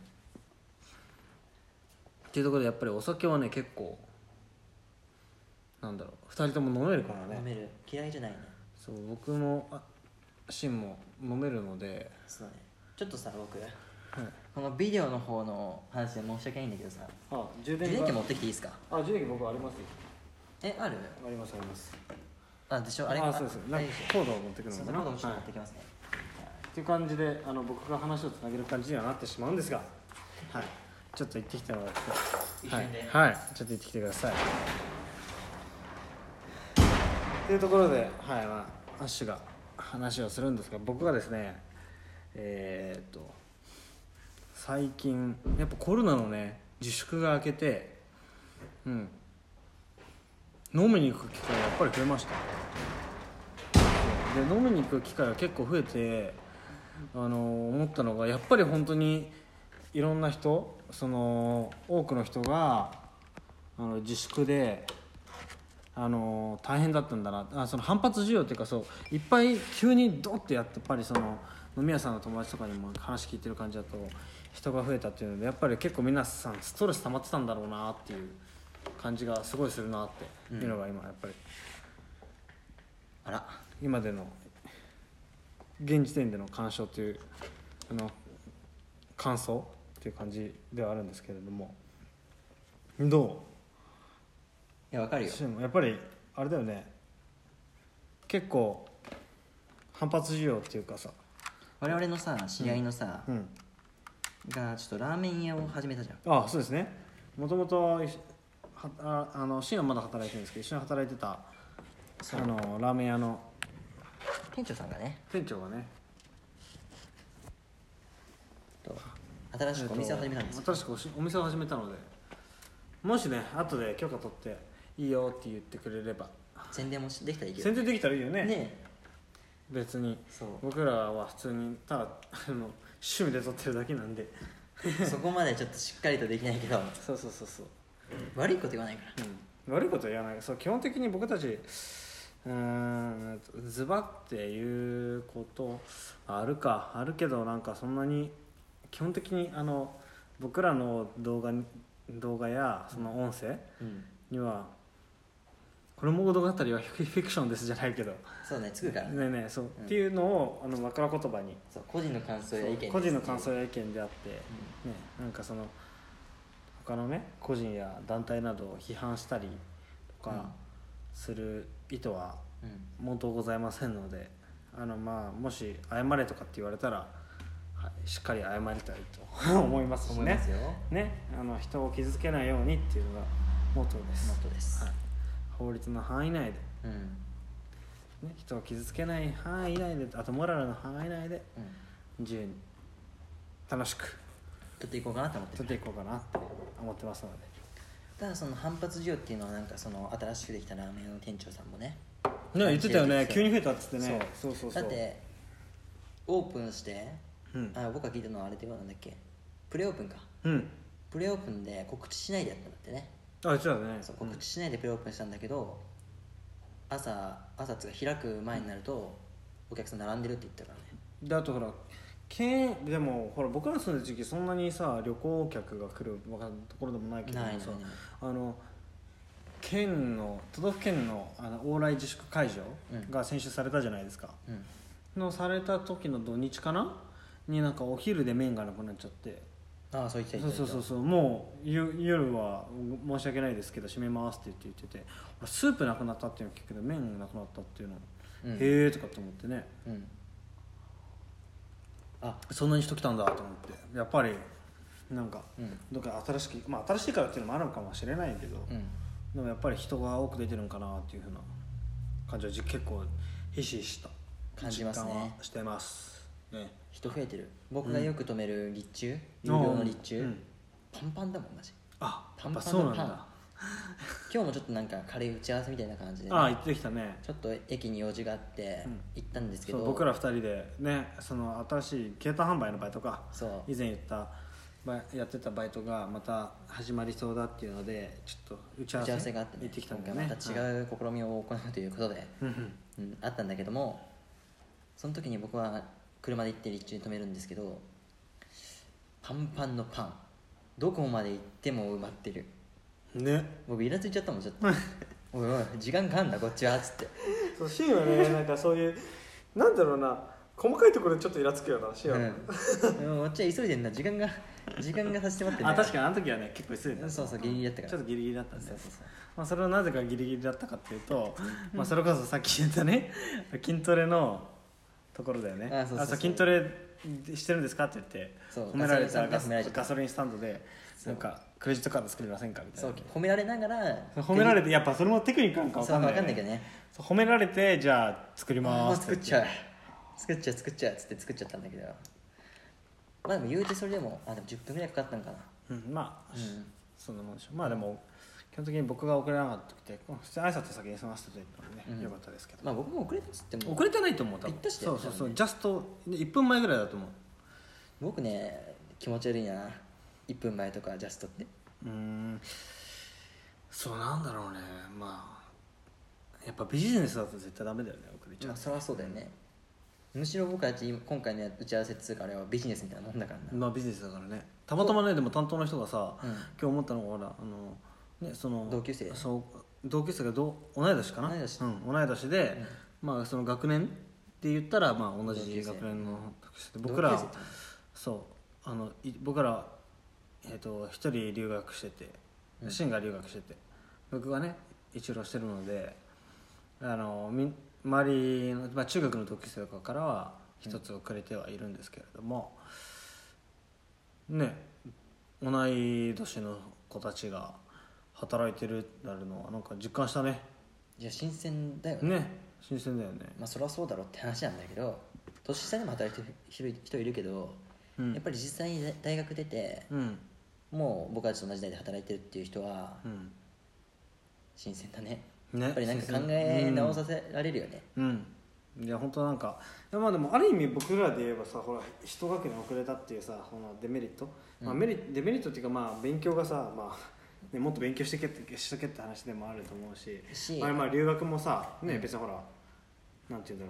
っていうところで、やっぱりお酒はね結構なんだろうふたりとも飲めるからね。 飲める、嫌いじゃないね。 そう僕もあシンも飲めるので。 そうね、ちょっとさ僕、はい、このビデオの方の話で申し訳ないんだけどさ、あ充電器持ってきていいですか。 あ充電器僕ありますよ。 えあるありますあります。 あでしょあれあそうです。なんかコードを持ってくるのかな。 コードを持ってきますね、 はい、っていう感じであの僕が話をつなげる感じにはなってしまうんですが、はいちょっと行ってきてもらって、はい、はい、ちょっと行ってきてください。っていうところで、はいまあ、アッシュが話をするんですが、僕がですねえー、っと最近やっぱコロナのね自粛が明けて、うん飲みに行く機会がやっぱり増えました。で飲みに行く機会が結構増えて、あの思ったのがやっぱり本当にいろんな人、その多くの人があの自粛であの大変だったんだなあ。その反発需要っていうか、そういっぱい急にドッてやってやっぱりその飲み屋さんの友達とかにも話聞いてる感じだと人が増えたっていうので、やっぱり結構皆さんストレス溜まってたんだろうなっていう感じがすごいするなっていうのが今やっぱり、うん、あら今での現時点での鑑賞というあの感想っていう感じではあるんですけれども、どう？いや分かるよ。 やっぱりあれだよね、結構反発需要っていうかさ、 我々のさ知り合いのさ、うんうん、がちょっとラーメン屋を始めたじゃん。 ああそうですね。もともとああのシンはまだ働いてるんですけど、一緒に働いてたあのラーメン屋の店長さんがね店長がねと新しくお店を始めたんですよ。 新しくお店を始めたので、もしね後で許可取っていいよって言ってくれれば宣伝もできたらいいけど、 宣伝できたらいいよね。 ね別に僕らは普通にただあの趣味で撮ってるだけなんでそこまでちょっとしっかりとできないけどそうそうそうそう悪いこと言わないから、 うん、悪いことは言わない。そう基本的に僕たちうーんズバっていうことあるかあるけど、なんかそんなに基本的にあの僕らの動画動画やその音声にはこれ物語はフィクションですじゃないけどそうねつくからねねそう、 うん、 っていうのをあの枕言葉にそう個人の感想や意見個人の感想や意見であって、 うんね、なんかその他のね個人や団体などを批判したりとかする意図は毛頭ございませんので、あのまあもし謝れとかって言われたら、はい、しっかり謝りたいと思いますしね。 思いますよ。 ね、あの人を傷つけないようにっていうのがモットーです。 モットーです。 はい、法律の範囲内で、 うんね、人を傷つけない範囲内で、あとモラルの範囲内で、うん、自由に楽しく取っていこうかなと思って取っていこうかなって思ってますので。 ただその反発需要っていうのはなんかその新しくできたラーメン屋の店長さんもねね言ってたよね、急に増えたっつってね。 そうそうそうそう。 だってオープンして、 うん、 あ僕が聞いたのはあれってなんだっけ、プレオープンか、 うん、 プレオープンで告知しないでやったんだってね。 あ、言ってたね。 そう告知しないでプレオープンしたんだけど、うん、朝朝つが開く前になるとお客さん並んでるって言ったからね。 であとほら県でもほら僕ら住んでる時期そんなにさ旅行客が来るところでもないけどさ、 ないないない、 あの県の都道府県のあの往来自粛解除が先週されたじゃないですか、うん、のされた時の土日かなになんかお昼で麺がなくなっちゃって、 ああそう言ってたそうそうそう、もう夜は申し訳ないですけど閉めますって言って言ってて、スープなくなったっていうのを聞くけど麺なくなったっていうの、うん、へえとかと思ってね、うん、あそんなに人来たんだと思って、やっぱりなんか、うん、どっか新しく、まあ新しいからっていうのもあるのかもしれないけど、うん、でもやっぱり人が多く出てるんかなっていうふうな感じは結構ひしひしと感じますね。 してますね。 人増えてる。僕がよく止める立中、有料の立中、うん、パンパンだもんマジ。 あ、 パンパンそうなんだ。 今日もちょっとなんか軽い打ち合わせみたいな感じで、ね、 ああ行ってきたね。 ちょっと駅に用事があって行ったんですけど、 うん、僕らふたりでね、その新しい携帯販売のバイトか、以前言ったやってたバイトがまた始まりそうだっていうのでちょっと打ち合わせ, 打ち合わせがあって、ね、 行ってきたんだよね。 また違う試みを行うということで、うん、あったんだけども、その時に僕は車で行って立中に止めるんですけど、パンパンのパンどこまで行っても埋まってるね。 僕イラついちゃったもんちょっとおいおい時間かかんだこっちはっつって。 そうシーンはねなんかそういうなんだろうな、細かいところでちょっとイラつくよなシーンは、 うん、こっちは急いでんな、時間が時間がさせてもらってね。 あ確かにあの時はね結構急いでた。 そうそうギリギリだったから、 ちょっとギリギリだったんで、そうそうそう、まあ、それはなぜかギリギリだったかっていうとまあそれこそさっき言ったね筋トレのところだよね。あそうそうそう、あ筋トレしてるんですかって言って褒められたら ガ, ガソリンスタンドでなんかクレジットカード作れませんかみたいな。 そう褒められながら褒められて、やっぱそれもテクニックなんか分かんない、ね、 分かんないけどね。 褒められてじゃあ作ります作っちゃう作っちゃう作っちゃうっつって作っちゃったんだけど、まあでも言うてそれでもあでもじゅっぷんぐらいかかったのかな。 うんまあ、うん、そんなもんでしょ。まあでも基本的に僕が遅れなかったくて普通に挨拶先に済ませてといったのでね、うん、よかったですけど、 まあ僕も遅れたっつっても遅れてないと思う。多分そうそうそう、ね、ジャストいっぷんまえぐらいだと思う。 僕ね気持ち悪いないっぷんまえとかジャストって。 うーんそうなんだろうね。まあやっぱビジネスだと絶対ダメだよね遅れちゃう。 まあそりゃそうだよね、うん、むしろ僕たち今回の打ち合わせっつうかあれはビジネスみたいなもんだからな。 まあビジネスだからね。たまたまねでも担当の人がさ、うん、今日思ったのがほらあのねその同級生そう同級生がど同い年かな、 同い年、 うん、同い年で、うん、まあその学年って言ったらまあ同じ学年の同級生で僕らそうあの僕らえっ、ー、と一人留学してて、シンが留学してて僕がね一浪してるのであのみ周りの、まあ、中学の同級生とかからは一つ遅れてはいるんですけれども、うん、ね同い年の子たちが働いてるなるのはなんか実感したね。 いや新鮮だよね。 ね新鮮だよね。 まあそりゃそうだろうって話なんだけど、年下でも働いてる人いるけど、うん、やっぱり実際に大学出て、うん、もう僕たちと同じ代で働いてるっていう人は、うん、新鮮だね。ねやっぱりなんか考え直させられるよね。 うん、うん、いや本当なんかいやまあでもある意味僕らで言えばさほら一学年遅れたっていうさこのデメリット、うんまあ、メリデメリットっていうかまあ勉強がさまあね、もっと勉強してけってしとけって話でもあると思うし、しまあ、まあ留学もさ、ねうん、別にほらなんて言うんだろ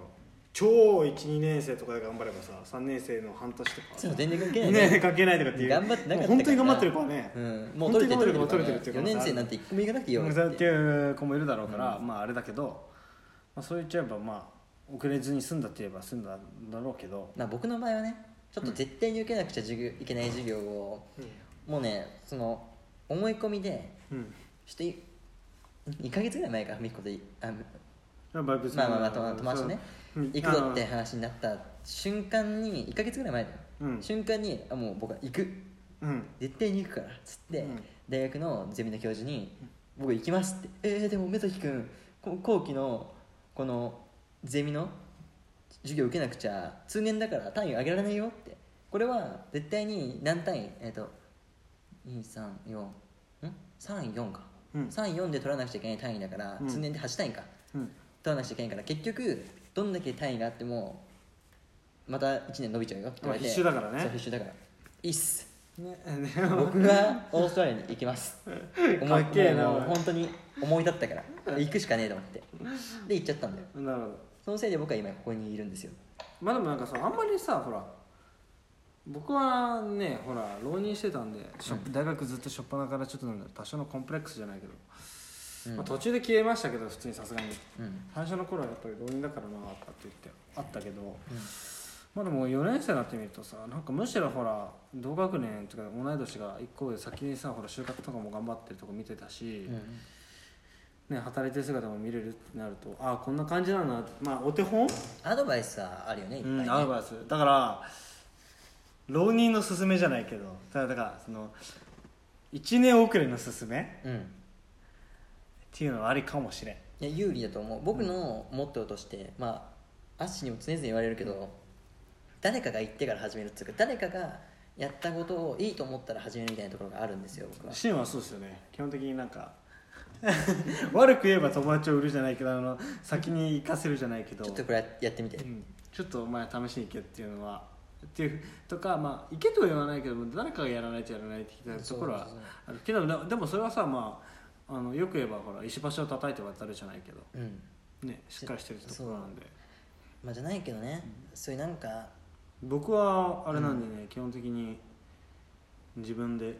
超いち、にねん生とかで頑張ればささんねん生の半年とかそう全然関係ないねね関係ないとかっていう頑張ってなかったから本当に頑張ってる子はね、 うん、もう取れてる本当に取れてるっていうかよねん生なんていっこも行かなくていいよってっていう子もいるだろうから、うん、まああれだけど、まあ、そう言っちゃえばまあ遅れずに済んだって言えば済んだんだろうけど、 まあ、僕の場合はねちょっと絶対に受けなくちゃ授業いけない授業を、うん、もうねその思い込みで、うん、ちょっとにかげつぐらい前からみっこであまあまあまあ友達とね行くぞって話になった瞬間にいっかげつぐらい前だよ、うん、瞬間にあもう僕は行く、うん、絶対に行くからっつって、うん、大学のゼミの教授に僕行きますってえー、でも目崎君後期のこのゼミの授業受けなくちゃ通年だから単位上げられないよってこれは絶対に何単位えっ、ー、とにさんよんんさんよんか、うん、さんよんで取らなくちゃいけない単位だから、うん、通年ではち単位か、うん、取らなくちゃいけないから結局どんだけ単位があってもまたいちねん伸びちゃうよって言われて必修だからねそう必修だからいいっす、ね、僕がオーストラリアに行きます思いっきり本当に思い立ったから行くしかねえと思ってで行っちゃったんだよなるほどそのせいで僕は今ここにいるんですよまあでもなんかさあんまりさほら僕はねほら浪人してたんで、うん、大学ずっと初っ端からちょっとなんだ多少のコンプレックスじゃないけど、うんまあ、途中で消えましたけど普通にさすがに、うん、最初の頃はやっぱり浪人だからなあったって言ってあったけど、うん、まあでもよねん生になってみるとさなんかむしろほら同学年とか同い年がいっこで先にさほら就活とかも頑張ってるとこ見てたし、うんね、働いてる姿も見れるってなるとああこんな感じなんだなまあお手本アドバイスはあるよねいっぱいね、 うん、アドバイスだから浪人の勧めじゃないけどだからそのいちねん遅れの勧め、うん、っていうのはありかもしれんいや有利だと思う僕のモットーとして、うん、まあアッシーにも常々言われるけど、うん、誰かが言ってから始めるっていうか誰かがやったことをいいと思ったら始めるみたいなところがあるんですよ僕はシンはそうですよね基本的になんか悪く言えば友達を売るじゃないけどあの先に行かせるじゃないけどちょっとこれやってみて、うん、 ちょっとお前試しに行けっていうのはっていうとかまあ行けとは言わないけど誰かがやらないとやらないって聞いたところはあるけどでもそれはさまああのよく言えばほら石橋を叩いて渡るじゃないけど、うんね、しっかりしてるところなんでまあじゃないけどね、うん、そういうなんか僕はあれなんでね、うん、基本的に自分で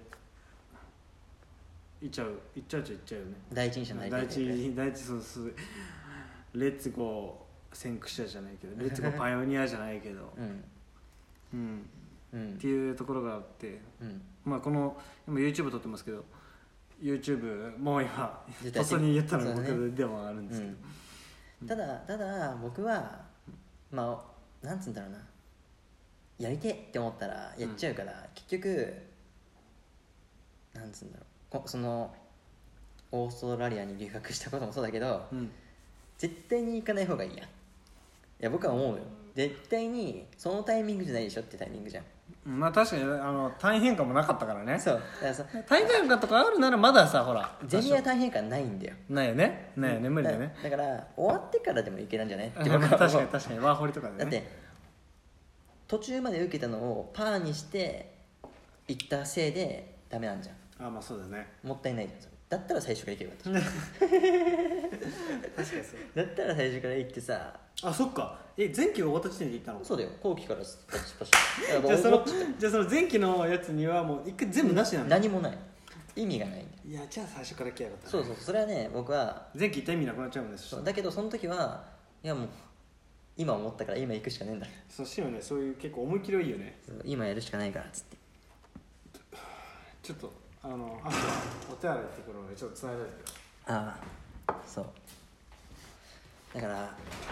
行っちゃう行っちゃうっちゃ行っちゃうよね第一人者になりたい第一第一そうそうレッツゴー先駆者じゃないけどレッツゴーパイオニアじゃないけどうんうんうん、っていうところがあって、うん、まあこの今 YouTube 撮ってますけど YouTube もう今とっさに言ったのが僕でもあるんですけど、 うん、ただただ僕はまあなんつうんだろうなやりてって思ったらやっちゃうから、うん、結局なんつうんだろうそのオーストラリアに留学したこともそうだけど、うん、絶対に行かない方がいいやんいや僕は思うよ絶対にそのタイミングじゃないでしょってタイミングじゃんまあ確かにあの単位変化もなかったからねそう単位変化とかあるならまださほらゼミは単位変化ないんだよないよねないよね無理だよねだから終わってからでもいけたんじゃないって確かに確かにワーホリとかでねだって途中まで受けたのをパーにして行ったせいでダメなんじゃんあまあそうだねもったいないじゃんだったら最初から行けばよかった確かにそうだったら最初から行ってさあそっかえ前期が終わった時点で行ったのそうだよ後期からパシパシじゃあそのじゃあその前期のやつにはもう一回全部なしなの、 うん、何もない意味がないんだよいやじゃあ最初から来やがった、ね、 そうそうそれはね僕は前期行った意味なくなっちゃうんですだけどその時はいやもう今思ったから今行くしかねえんだそうしよねそういう結構思い切りいいよね今やるしかないからっつってちょっとあのあとお手洗いってところでちょっとつないだいてああそうだからうん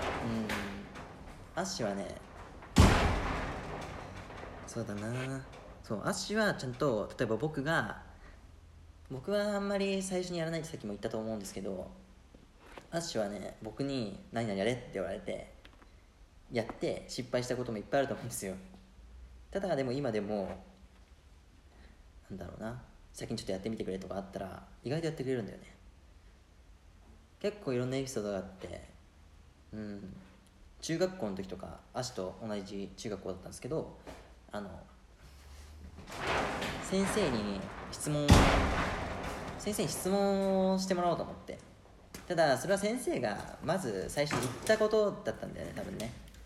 アッシュはねそうだなそうアッシュはちゃんと例えば僕が僕はあんまり最初にやらないってさっきも言ったと思うんですけどアッシュはね僕に何々やれって言われてやって失敗したこともいっぱいあると思うんですよただでも今でもなんだろうな先にちょっとやってみてくれとかあったら意外とやってくれるんだよね結構いろんなエピソードがあってうん中学校の時とかアシと同じ中学校だったんですけどあの先生に質問先生に質問をしてもらおうと思ってただそれは先生がまず最初に言ったことだったんだよね多分ね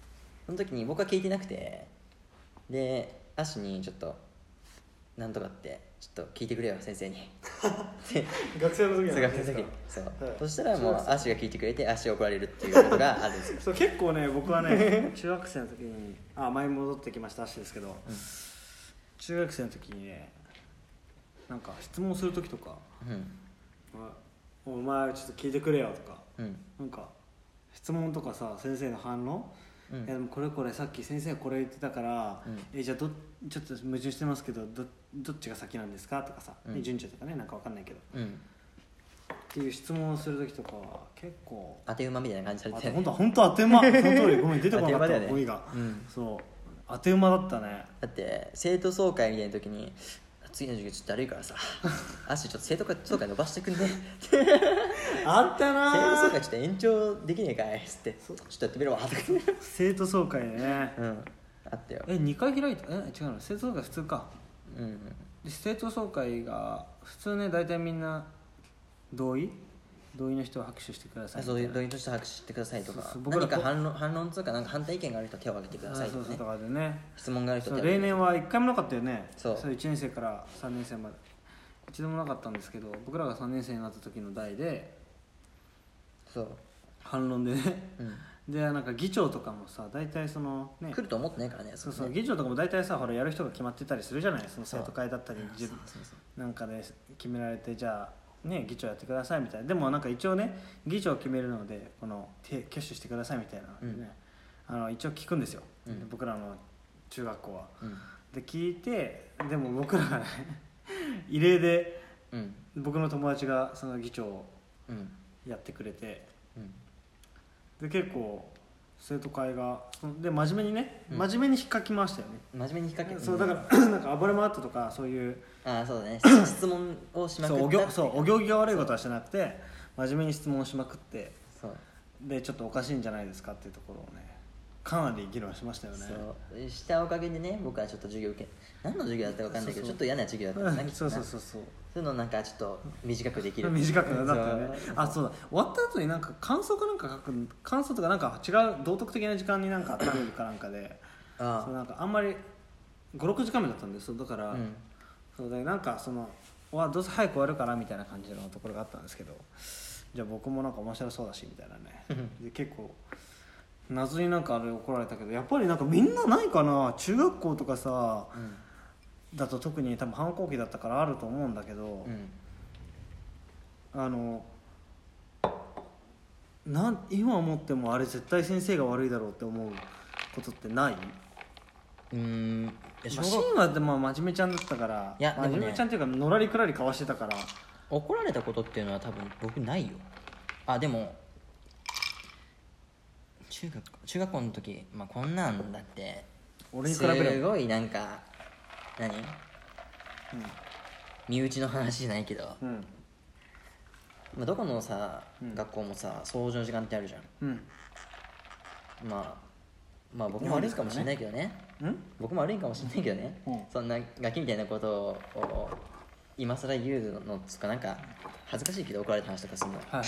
その時に僕は聞いてなくて、でアシにちょっとなんとかってちょっと聞いてくれよ先生に学生の時は学生の時そう、はい、そしたらもうアシが聞いてくれてアシが怒られるっていうことがあるんですよそう結構ね僕はね中学生の時にあ前に戻ってきましたアシですけど、うん、中学生の時にねなんか質問する時とか、うんお前ちょっと聞いてくれよとか、うん、なんか質問とかさ先生の反応、うん、いやでもこれこれさっき先生がこれ言ってたから、うん、えじゃあどちょっと矛盾してますけど ど, どっちが先なんですかとかさ、うん、順序とかねなんかわかんないけど、うん、っていう質問をする時とかは結構当て馬みたいな感じされて本当本当当て馬その通りごめん出てこなかった語彙が、うん、そう当て馬だったね。 だって生徒総会みたいな時に次の授業ちょっとだるいからさ足ちょっと生徒総会伸ばしてくんねあったな生徒総会ちょっと延長できねえかいっつってちょっとやってみろわ生徒総会ねうんあったよ。 えにかい開いたえ違うの生徒総会普通かうん、うん、で生徒総会が普通ね大体みんな同意同意の人は拍手してくださいそういう同意の人は拍手してくださいとかそうそう何か反論反論というかなんか反対意見がある人は手を挙げてくださいとかねそうそうとかでね質問がある人は手を挙げて例年はいっかいもなかったよねそうそういちねん生からさんねん生まで一度もなかったんですけど僕らがさんねん生になった時の代でそう反論でね、うん、でなんか議長とかもさ大体そのね来ると思ってないからねそうそう、ね、議長とかも大体さほらやる人が決まってたりするじゃないその生徒会だったりなんかで決められてじゃあね、議長やってくださいみたいなでもなんか一応ね議長を決めるのでこの手挙手してくださいみたいな、ねうん、あの一応聞くんですよ、うん、僕らの中学校は、うん、で聞いてでも僕らがね異例で、うん、僕の友達がその議長をやってくれて、うん、で結構生徒会がで真面目にね、うん、真面目に引っかきましたよね真面目に引っかけそうだからなんか暴れ回ったとかそういうああそうだね質問をしまくったそうそうお行儀が悪いことはしてなくて真面目に質問しまくってそうでちょっとおかしいんじゃないですかっていうところをねかなり議論しましたよねそうしたおかげでね僕はちょっと授業受け何の授業だったか分かんないけどちょっと嫌な授業だったんだそうそうそうそうそういうのなんかちょっと短くできる短くなったよねあそうだ終わった後になんか感想かなんか書く感想とかなんか違う道徳的な時間になんか取れるかなんかであそうなんかあんまりごろくじかんめだったんですよだから、うん、そうでなんかそのわどうせ早く終わるからみたいな感じのところがあったんですけどじゃあ僕もなんか面白そうだしみたいなねで結構謎になんかあれ怒られたけどやっぱりなんかみんなないかな中学校とかさ、うんだと特に多分反抗期だったからあると思うんだけど、うん、あのなん今思ってもあれ絶対先生が悪いだろうって思うことってない？うーんシーンはでも真面目ちゃんだったからいや真面目ちゃんっていうかのらりくらりかわしてたから怒られたことっていうのは多分僕ないよあでも中学中学校の時、まあ、こんなんだって俺に比べればすごいなんか何、うん、身内の話じゃないけど、うんまあ、どこのさ、うん、学校もさ掃除の時間ってあるじゃん、うん、まあまあ僕も悪いかもしれないけどね、ね僕も悪いかもしれないけどね、うん、そんなガキみたいなことを今更言うのつかなんか恥ずかしいけど怒られた話とかするの、はいはいはい、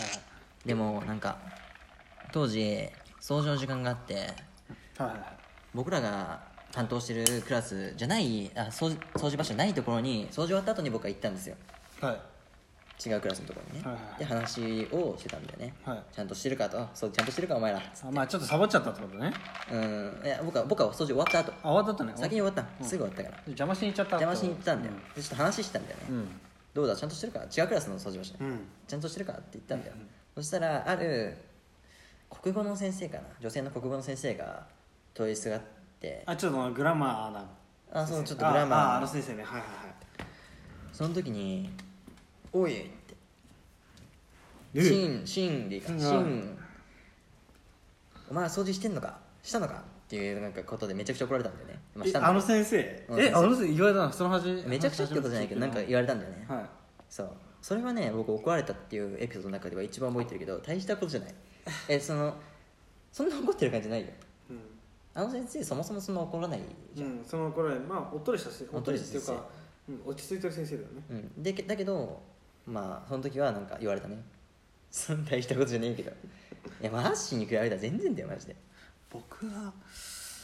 でもなんか当時掃除の時間があって、はいはい、僕らが担当してるクラスじゃないあ 掃, 除掃除場所ないところに掃除終わった後に僕は行ったんですよ、はい、違うクラスのところにね、はいはいはい、で話をしてたんだよね、はい、ちゃんとしてるかとそうちゃんとしてるかお前らあまあちょっとサボっちゃったってことねうんいや僕は僕は掃除終わった後あ終わった後ね先に終わった、うん、すぐ終わったから邪魔しに行っちゃった邪魔しに行ったんだよ、うん、でちょっと話したんだよね、うん、どうだちゃんとしてるか違うクラスの掃除場所、うん、ちゃんとしてるかって言ったんだよ、うん、そしたらある国語の先生かな女性の国語の先生が通りすがってあちょっとグラマーなあそうちょっとグラマーああの先生ねはいはいはいその時に「おい」って「シンシンでいいかシンお前掃除してんのかしたのか?」っていうなんかことでめちゃくちゃ怒られたんだよね、 まあ、したんだよあの先生えあの先生言われたのその話めちゃくちゃってことじゃないけどなんか言われたんだよね、はい、そうそれはね僕怒られたっていうエピソードの中では一番覚えてるけど大したことじゃないえそのそんな怒ってる感じないよあの先生そもそもそんな怒らないじゃん、うん、 その怒らないまあおっとりしたおっとりっていうか、うん、落ち着いてる先生だよね、 うん、でだけどまあその時はなんか言われたねそんな大したことじゃねえけどいやまあアッシーに比べたら全然だよマジで僕は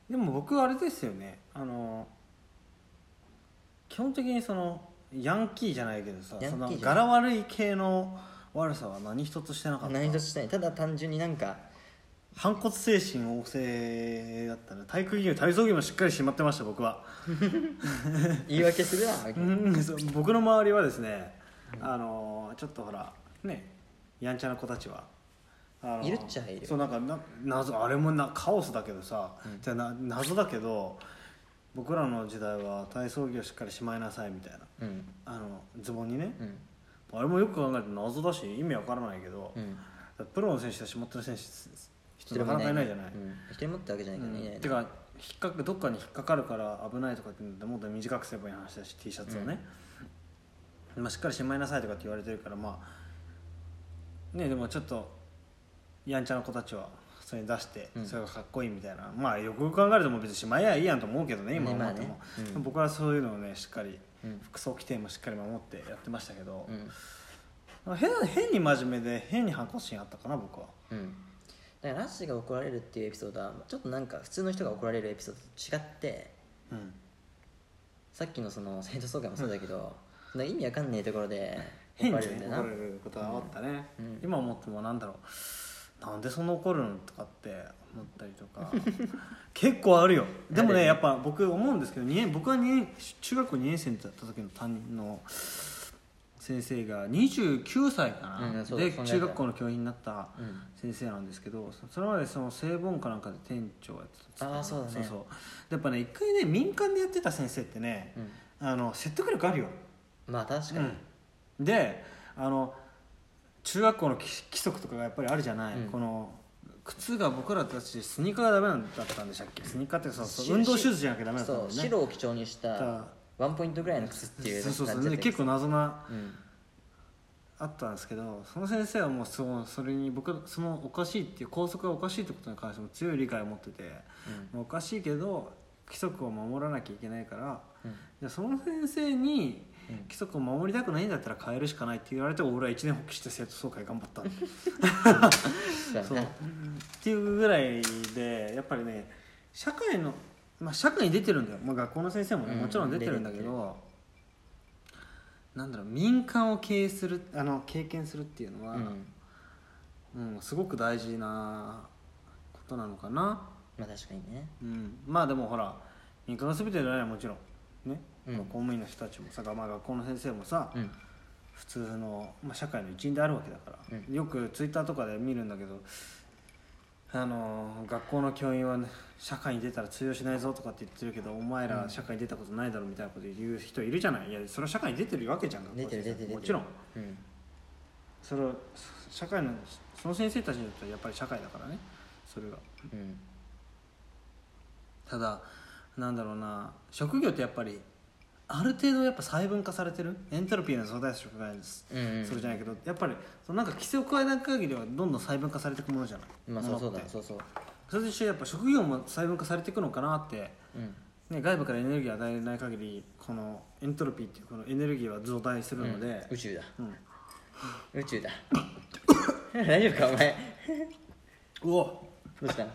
でも僕はあれですよね、あの基本的にそのヤンキーじゃないけどさ、その柄悪い系の悪さは何一つしてなかった。 何一つしてない。ただ単純になんか反骨精神旺盛だったね。体育着体操着もしっかりしまってました僕は。 言い訳するなうんそう僕の周りはですね、あのちょっとほらねやんちゃな子たちはあのいるっちゃいる。 そうなんかな謎あれもなカオスだけどさ、 うん、 じゃな謎だけど僕らの時代は体操着をしっかりしまいなさいみたいな、 うん、 あのズボンにね、 うん、 あれもよく考えると謎だし意味わからないけど、 うん、 プロの選手たち持ってる選手人なかなかいないじゃない。 一人持ってるわけじゃないけどね、 うん、てか引っかどっかに引っかかるから危ないとかって言うんだもっと短くすればいい話だし T シャツをね、うんまあ、しっかりしまいなさいとかって言われてるからまあねでもちょっとやんちゃな子たちはそれに出してそれがかっこいいみたいな、うん、まあよく考えるとも別にしまいやいいやんと思うけどね今思っても、ねうん、僕はそういうのをねしっかり、うん、服装規定もしっかり守ってやってましたけど、うん、変, 変に真面目で変に反骨心あったかな僕は、 うんだからラッシーが怒られるっていうエピソードはちょっとなんか普通の人が怒られるエピソードと違って、うん、さっきのその生徒総会もそうだけど、うん、意味わかんないところで怒られるんだよな。 怒られることはあったね、うん、今思ってもなんだろうなんでそんな怒るのとかって思ったりとか結構あるよ。でもねやっぱ僕思うんですけどにねん僕はにねん中学校にねん生だった時の担任の先生がにじゅうきゅうさいかな、うん、で中学校の教員になった先生なんですけど、うん、それまでその正凡かなんかで店長やってたんですよ。ああそうだね。 そうそうやっぱね一回ね民間でやってた先生ってね、うん、あの説得力あるよ。 まあ確かに、 うん、であの中学校の規則とかがやっぱりあるじゃない、うん、この靴が僕らたちスニーカーがダメだったんでしたっけ。スニーカーってそうそう運動シューズじゃなきゃダメだったんだよね。 そう白を基調にしたワンポイントぐらいの靴っていうそうそうそうで結構謎な、うん、あったんですけどその先生はもうそのそれに僕そのおかしいっていう校則がおかしいってことに関しても強い理解を持ってて、うん、おかしいけど規則を守らなきゃいけないから、うん、じゃあその先生に規則を守りたくないんだったら変えるしかないって言われて俺は一年発起して生徒総会頑張ったそうっていうぐらいでやっぱりね社会のまあ社会に出てるんだよ、まあ、学校の先生もねもちろん出てるんだけど、うん、なんだろう民間を経営するあの経験するっていうのは、うんうん、すごく大事なことなのかな。 まあ確かにね、 うん、まあでもほら民間が全てじゃないのはもちろんね、うん、公務員の人たちもさ、まあ、学校の先生もさ、うん、普通の、まあ、社会の一員であるわけだから、うん、よくツイッターとかで見るんだけどあの学校の教員は、ね、社会に出たら通用しないぞとかって言ってるけどお前ら社会に出たことないだろみたいなこと言う人いるじゃない。いやそれは社会に出てるわけじゃん。 出てる出てるもちろん、うん、それは社会のその先生たちにとってはやっぱり社会だからねそれが、うん、ただなんだろうな職業ってやっぱりある程度やっぱ細分化されてるエントロピーの相対職がするじゃないけど、やっぱりそのなんか規制を加えない限りはどんどん細分化されていくものじゃない。 まあそうそうだそうそうそれと一緒にやっぱ職業も細分化されていくのかなって、うんね、外部からエネルギーを与えない限りこのエントロピーっていうこのエネルギーは増大するので、うん、 宇宙だ、うん、宇宙だ大丈夫かお前うおどうした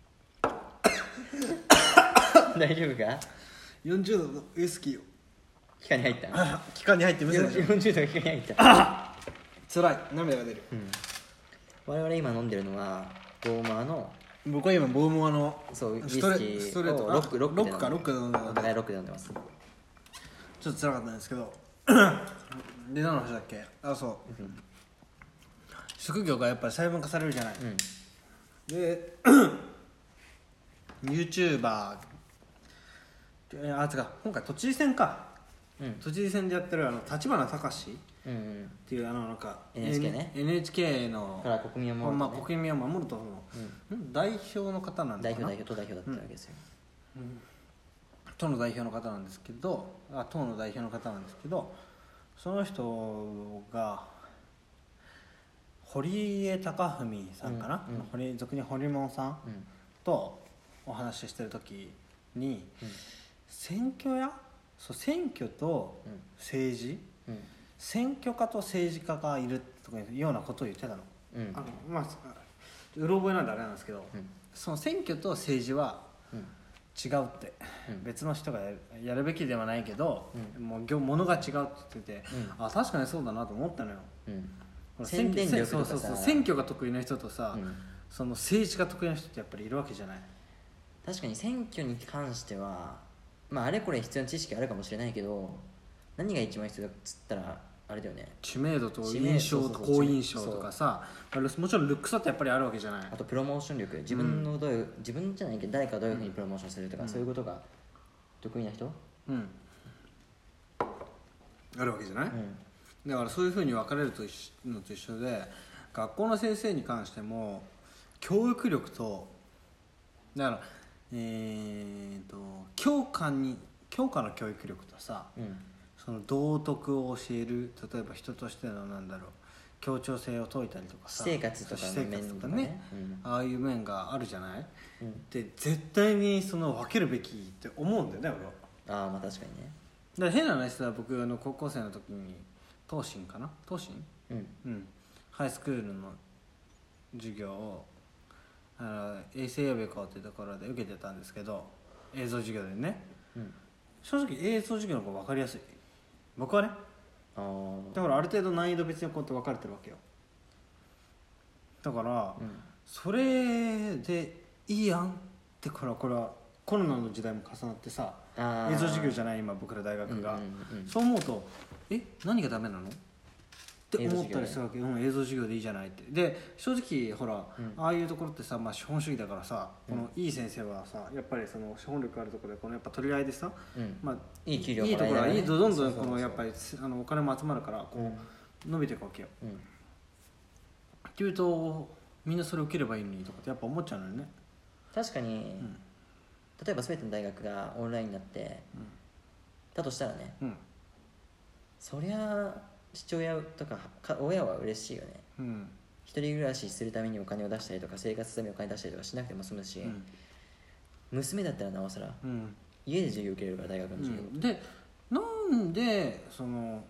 大丈夫か。 よんじゅうどのウイスキーを気管に入った気管に入ってむせるよんじゅうどが気管に入ったつらい涙が出る、うん、 我々今飲んでるのはボーマーの僕は今ボーマーのそうウイスキーをロックロックかロックで飲んでます。 お互いロックで飲んでます。 ちょっと辛かったんですけどで何の話だっけ。あそう、うん、職業がやっぱり細分化されるじゃない、うん、でYouTuber あ違う今回都知事選か、うん、都知事選でやってるあの立花隆っていうあのなんかエヌエイチケー ねエヌエイチケー のから国民を守る、ね、 まあ、国民を守るとの、うん、代表の方なんですかな。 代表代表党代表だったわけですよ、 うんうん、党の代表の方なんですけどあ党の代表の方なんですけどその人が堀江貴文さんかな、うんうん、堀俗に堀門さんとお話ししてる時に、うん、選挙やそう選挙と政治、うんうん、選挙家と政治家がいるというようなことを言ってたの、うん、あのまあうろ覚えなんであれなんですけど、うん、その選挙と政治は、うん、 違うって、うん、別の人がや る, やるべきではないけど、うん、もう物が違うって言ってて、うん、あ確かにそうだなと思ったのよ、うん、宣伝力とかさ、そうそうそう、選挙が得意な人とさ、うん、その政治が得意な人ってやっぱりいるわけじゃない。 確かに選挙に関しては、まあ、あれこれ必要な知識あるかもしれないけど、何が一番必要だっつったらあれだよね、 知名度と印象と好印象とかさ、もちろんルックスだってやっぱりあるわけじゃない。 あとプロモーション力、自分のどういう、うん、自分じゃないけど誰かどういうふうにプロモーションするとか、うん、そういうことが得意な人、うん、 あるわけじゃない、うん、だからそういうふうに分かれるのと一緒で、学校の先生に関しても教育力と、だからえーと教科に教科の教育力とさ、うん、その道徳を教える、例えば人としてのなんだろう協調性を説いたりとかさ、 私生活とかの面とかね、ね、 うん、ああいう面があるじゃない、うん、で絶対にその分けるべきって思うんだよね俺は。ああまあ確かにね。 だから変な話さ、僕あの高校生の時に東進かな東進、うんうん、ハイスクールの授業をあの衛星予備校っていうところで受けてたんですけど、映像授業でね、うん、正直映像授業の方が分かりやすい、僕はね。あだからある程度難易度別にこうやって分かれてるわけよ。だから、うん、それでいいやんって、これはこれはコロナの時代も重なってさ、映像授業じゃない今僕ら大学が、うんうんうん、そう思うとえ何がダメなのって思ったりするわけ。映像,、うん、映像授業でいいじゃないって。で正直ほら、うん、ああいうところってさ、まあ、資本主義だからさ、うん、このいい先生はさやっぱりその資本力あるところでこのやっぱ取り合いでさ、うんまあ、 いい給料もらえない、ね、いいところはいいどんどんこのやっぱりあのお金も集まるからこう、うん、伸びていくわけよ、うん、っていうとみんなそれを受ければいいのにとかってやっぱ思っちゃうのよね。 確かに、うん、例えば全ての大学がオンラインになって、うん、だとしたらね、うん、そりゃ父親とか親は嬉しいよね、うん、一人暮らしするためにお金を出したりとか生活するためにお金出したりとかしなくても済むし、うん、娘だったらなおさら、うん、家で授業受けれるから大学の授業、 うん、でなんでその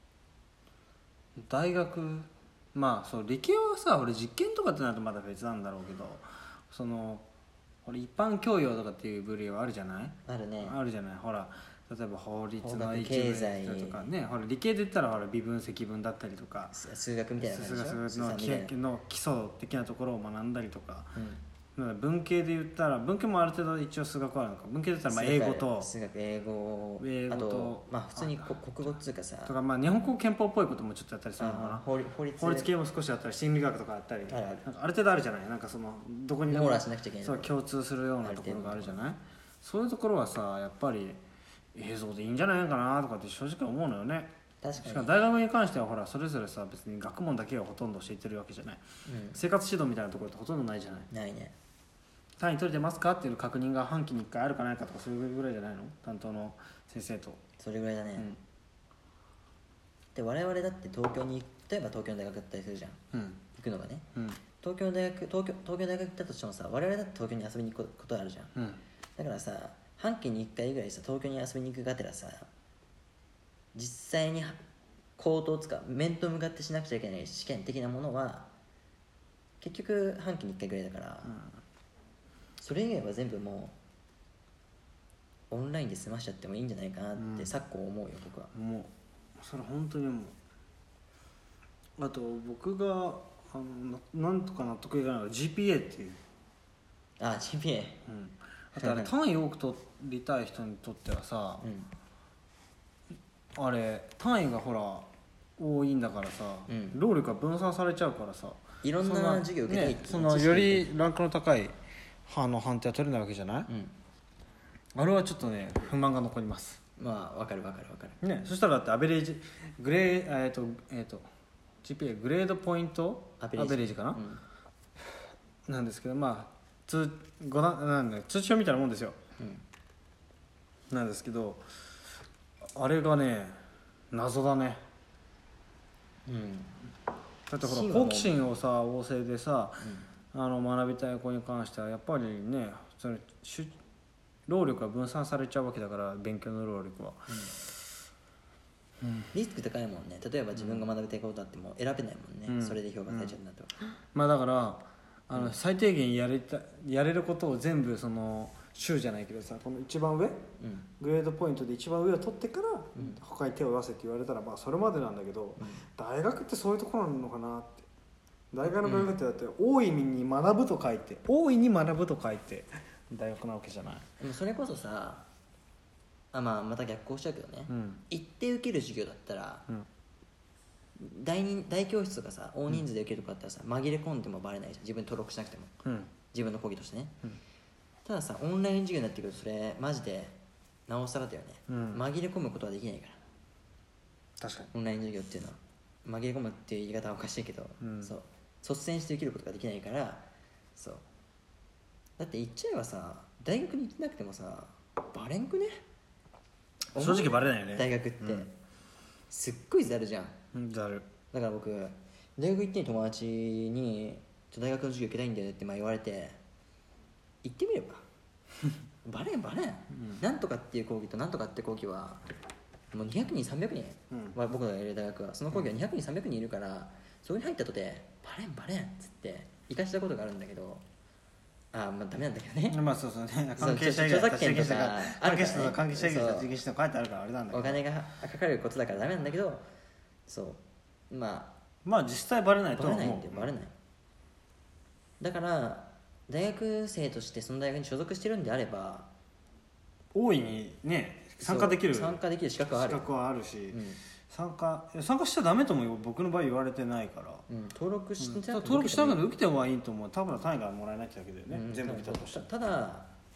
大学まあそう理系はさ俺実験とかってなるとまだ別なんだろうけど、その俺一般教養とかっていう部類はあるじゃない。 あるね。 あるじゃない。ほら例えば法律の一部とかね、ほら理系で言ったらほら微分積分だったりとか数学みたいな感じでしょ。 数学の, の基礎的なところを学んだりとか、うん、文系で言ったら文系もある程度一応数学はあるのか。文系で言ったらまあ英語と数学英語英語とあとまあ普通に国語っていうかさとか、まあ日本語憲法っぽいこともちょっとやったりするのかな。法律法律系も少しやったり心理学とかやったり、あるあるなんかある程度あるじゃない。なんかそのどこにでもそう共通するようなところがあるじゃない。そういうところはさやっぱり映像でいいんじゃないかなとかって正直思うのよね。 確かに。 しかも大学に関してはほらそれぞれさ別に学問だけをほとんど教えてるわけじゃない、うん、生活指導みたいなところってほとんどないじゃない。 ないね。 単位取れてますかっていう確認が半期にいっかいあるかないかとかそういうぐらいじゃないの担当の先生と。 それぐらいだね、うん、で我々だって東京に例えば東京の大学だったりするじゃん、うん、行くのがね、うん、東京の大学東京東京の大学行ったとしてもさ我々だって東京に遊びに行くことあるじゃん、うん、だからさ半期にいっかいぐらいさ東京に遊びに行くがてらさ実際に口頭つか面と向かってしなくちゃいけない試験的なものは結局半期にいっかいぐらいだから、うん、それ以外は全部もうオンラインで済ましちゃってもいいんじゃないかなって昨今思うよ、僕は。 もうそれ本当に思う。あと僕があのなんとか納得いかないのが ジーピーエー っていう。 あ ジーピーエー、 うんあとあれ単位多く取りたい人にとってはさ、うん、あれ単位がほら多いんだからさ、うん、労力が分散されちゃうからさいろんな授業受けたいって、 ね、そのよりランクの高いあの判定は取れないわけじゃない、うん、あれはちょっとね不満が残ります。 まあ分かる分かる分かる、 ね、そしたらだってアベレージグレーえっ、ー、とえっ、ー、と ジーピーエー グレードポイントアベレージかな、うん、なんですけどまあ通, ごなんだ通知表みたいなもんですよ、うん、なんですけどあれがね謎だね、うん、だってほら好奇心をさ旺盛でさ、うん、あの学びたい子に関してはやっぱりねそれ労力が分散されちゃうわけだから勉強の労力は、 うんうん、リスク高いもんね。例えば自分が学びたいことあっても選べないもんね、うん、それで評価されちゃうんだと、 まあだからあの最低限やれたやれることを全部その州じゃないけどさ、この一番上、 うん、 グレードポイントで一番上を取ってから、うん、他に手を出せって言われたらまあそれまでなんだけど、うん、大学ってそういうところなのかなって。大学の大学ってだって大いに学ぶと書いて大いに学ぶと書いて大学なわけじゃない。 でもそれこそさあ、まあ、また逆行しちゃうけどね、うん、行って受ける授業だったら、うん、大, 人大教室とかさ大人数で受けるとかだったらさ、紛れ込んでもバレないじゃん、自分登録しなくても、うん、自分の講義としてね、うん、たださオンライン授業になってくるとそれマジでなおさらだよね、うん、紛れ込むことはできないから。 確かにオンライン授業っていうのは紛れ込むっていう言い方はおかしいけど、うん、そう率先して受けることができないから。そうだって言っちゃえばさ大学に行ってなくてもさバレんくね。 正直バレないよね大学って、うん、すっごいざるじゃん、 うん、ざる。 だから僕大学行って友達に大学の授業受けたいんだよって前言われて行ってみればバレんバレん、うん、なんとかっていう講義となんとかって講義はもうにひゃくにんさんびゃくにん、うん、僕がいる大学はその講義はにひゃくにんさんびゃくにんいるから、そこに入ったとてバレんバレんっつって行かしたことがあるんだけど、ああまあダメなんだけどね。 まあそうそうね。関係者以外著作権とかあるから、ね、 関係者以外立ち消しとか書いてあるからあれなんだけど。 お金がかかることだからダメなんだけど、そうまあまあ実際バレないとは思う。 バレないんだよ、バレない。だから大学生としてその大学に所属してるんであれば大いにね参加できる参加できる資格はある。 資格はあるし。うん、参加参加しちゃダメとも僕の場合言われてないから、 うん、登録して、 うん、登録したけど受けてもいいと思う。多分単位がもらえないってだけだよね、うん、全部受けたとしたら。 ただ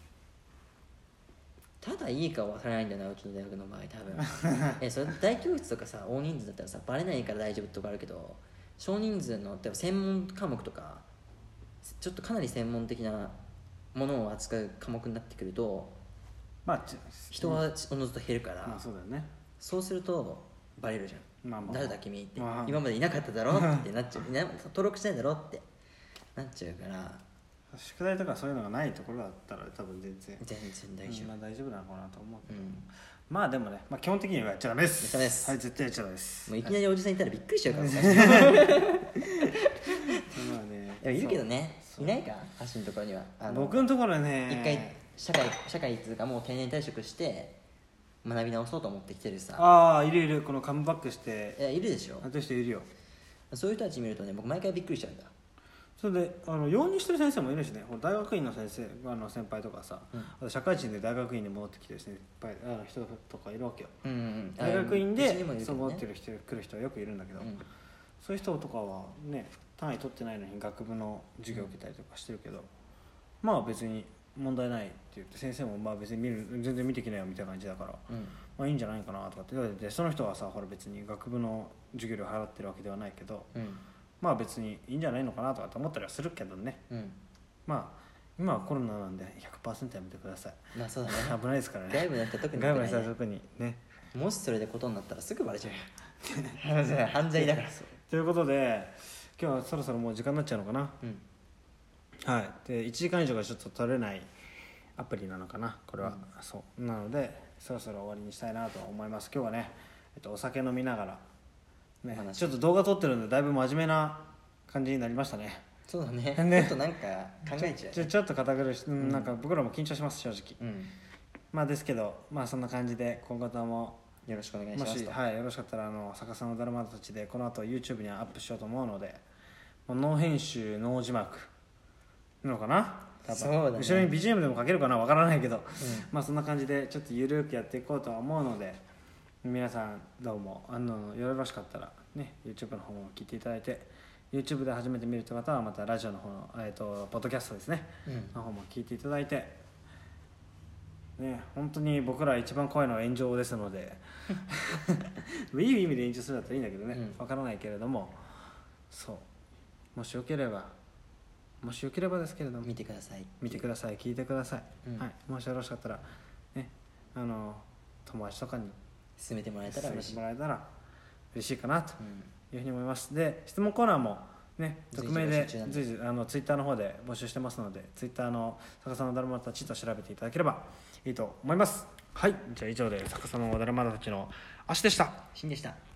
ただいいかは分からないんだよな、うちの大学の場合多分えそれ大教室とかさ大人数だったらさバレないから大丈夫とかあるけど、少人数の例えば専門科目とかちょっとかなり専門的なものを扱う科目になってくると、まあ、人はおのずと減るから、 まあそうだよね、 そうするとバレるじゃん、まあまあ、誰だ君って、まあ、今までいなかっただろってなっちゃう登録してないだろってなっちゃうから、 宿題とかそういうのがないところだったら多分全然全然大丈夫、 うん、まあ、大丈夫なのかなと思うけど、うん、まあでもね、まあ、基本的にはやっちゃダメです。 ダメです。 はい、絶対やっちゃダメです。 もういきなりおじさんいたらびっくりしちゃうからねまあね、いやいるけどね、いないか橋のところには。 あの僕のところはね一回社会社会っていうかもう定年退職して学び直そうと思ってきてるさ。 ああいるいる、このカムバックしていやいるでしょ。 あと人いるよ。 そういう人たち見るとね、僕毎回びっくりしちゃうんだ。 それであの容認してる先生もいるしね、大学院の先生あの先輩とかさ、うん、あと社会人で大学院に戻ってきてる、ね、いっぱいあの人とかいるわけよ、うんうん、大学院で、ね、そう戻ってる人来る人はよくいるんだけど、うん、そういう人とかはね単位取ってないのに学部の授業を受けたりとかしてるけど、うん、まあ別に問題ないって言って先生もまあ別に見る全然見てきなよみたいな感じだから、うん、まあいいんじゃないかなとかって言われて、その人はさほら別に学部の授業料払ってるわけではないけど、うん、まあ別にいいんじゃないのかなとかって思ったりはするけどね、うん、まあ今はコロナなんで ひゃくパーセント やめてください。 まあそうだね危ないですからね。 外部になったら特に外部になったら特にね、 もしそれでことになったらすぐバレちゃうよ犯罪だからということで今日はそろそろもう時間になっちゃうのかな、うん、はいでいちじかん以上がちょっと取れないアプリなのかなこれは、うん、そうなのでそろそろ終わりにしたいなと思います。今日はね、えっと、お酒飲みながらね、ちょっと動画撮ってるんでだいぶ真面目な感じになりましたね。 そうだ ね, ねちょっとなんか考えちゃうちょ、ちょっと堅苦しい、うん、なんか僕らも緊張します正直、うん、まあですけどまあそんな感じで今後ともよろしくお願いしますと。 もし、はい、よろしかったらあの逆さのだるまたちでこの後 YouTube にアップしようと思うので、もうノー編集ノー字幕なのかな多分そうだ、ね、後ろに ビージーエム でもかけるかなわからないけど、うん、まあそんな感じでちょっとゆるくやっていこうとは思うので、皆さんどうもあのよろしかったらね YouTube の方も聞いていただいて、 YouTube で初めて見るという方はまたラジオの方の、えー、とポッドキャストですね、うん、の方も聞いていただいてね、本当に僕ら一番怖いのは炎上ですのでいい意味で炎上するんだったらいいんだけどね、わ、うん、からないけれども、そうもしよければもしよければですけれども見てください見てください聞いてください、うん、はい、もしよろしかったらねあの友達とかに進めてもらえたら嬉しいもらえたら嬉しいかなというふうに思います。で質問コーナーもね匿名で随時あのツイッターの方で募集してますので、ツイッターの逆さのだるまたちと調べていただければいいと思います。はい、じゃあ以上で逆さのだるまたちの足でした。 しんでした。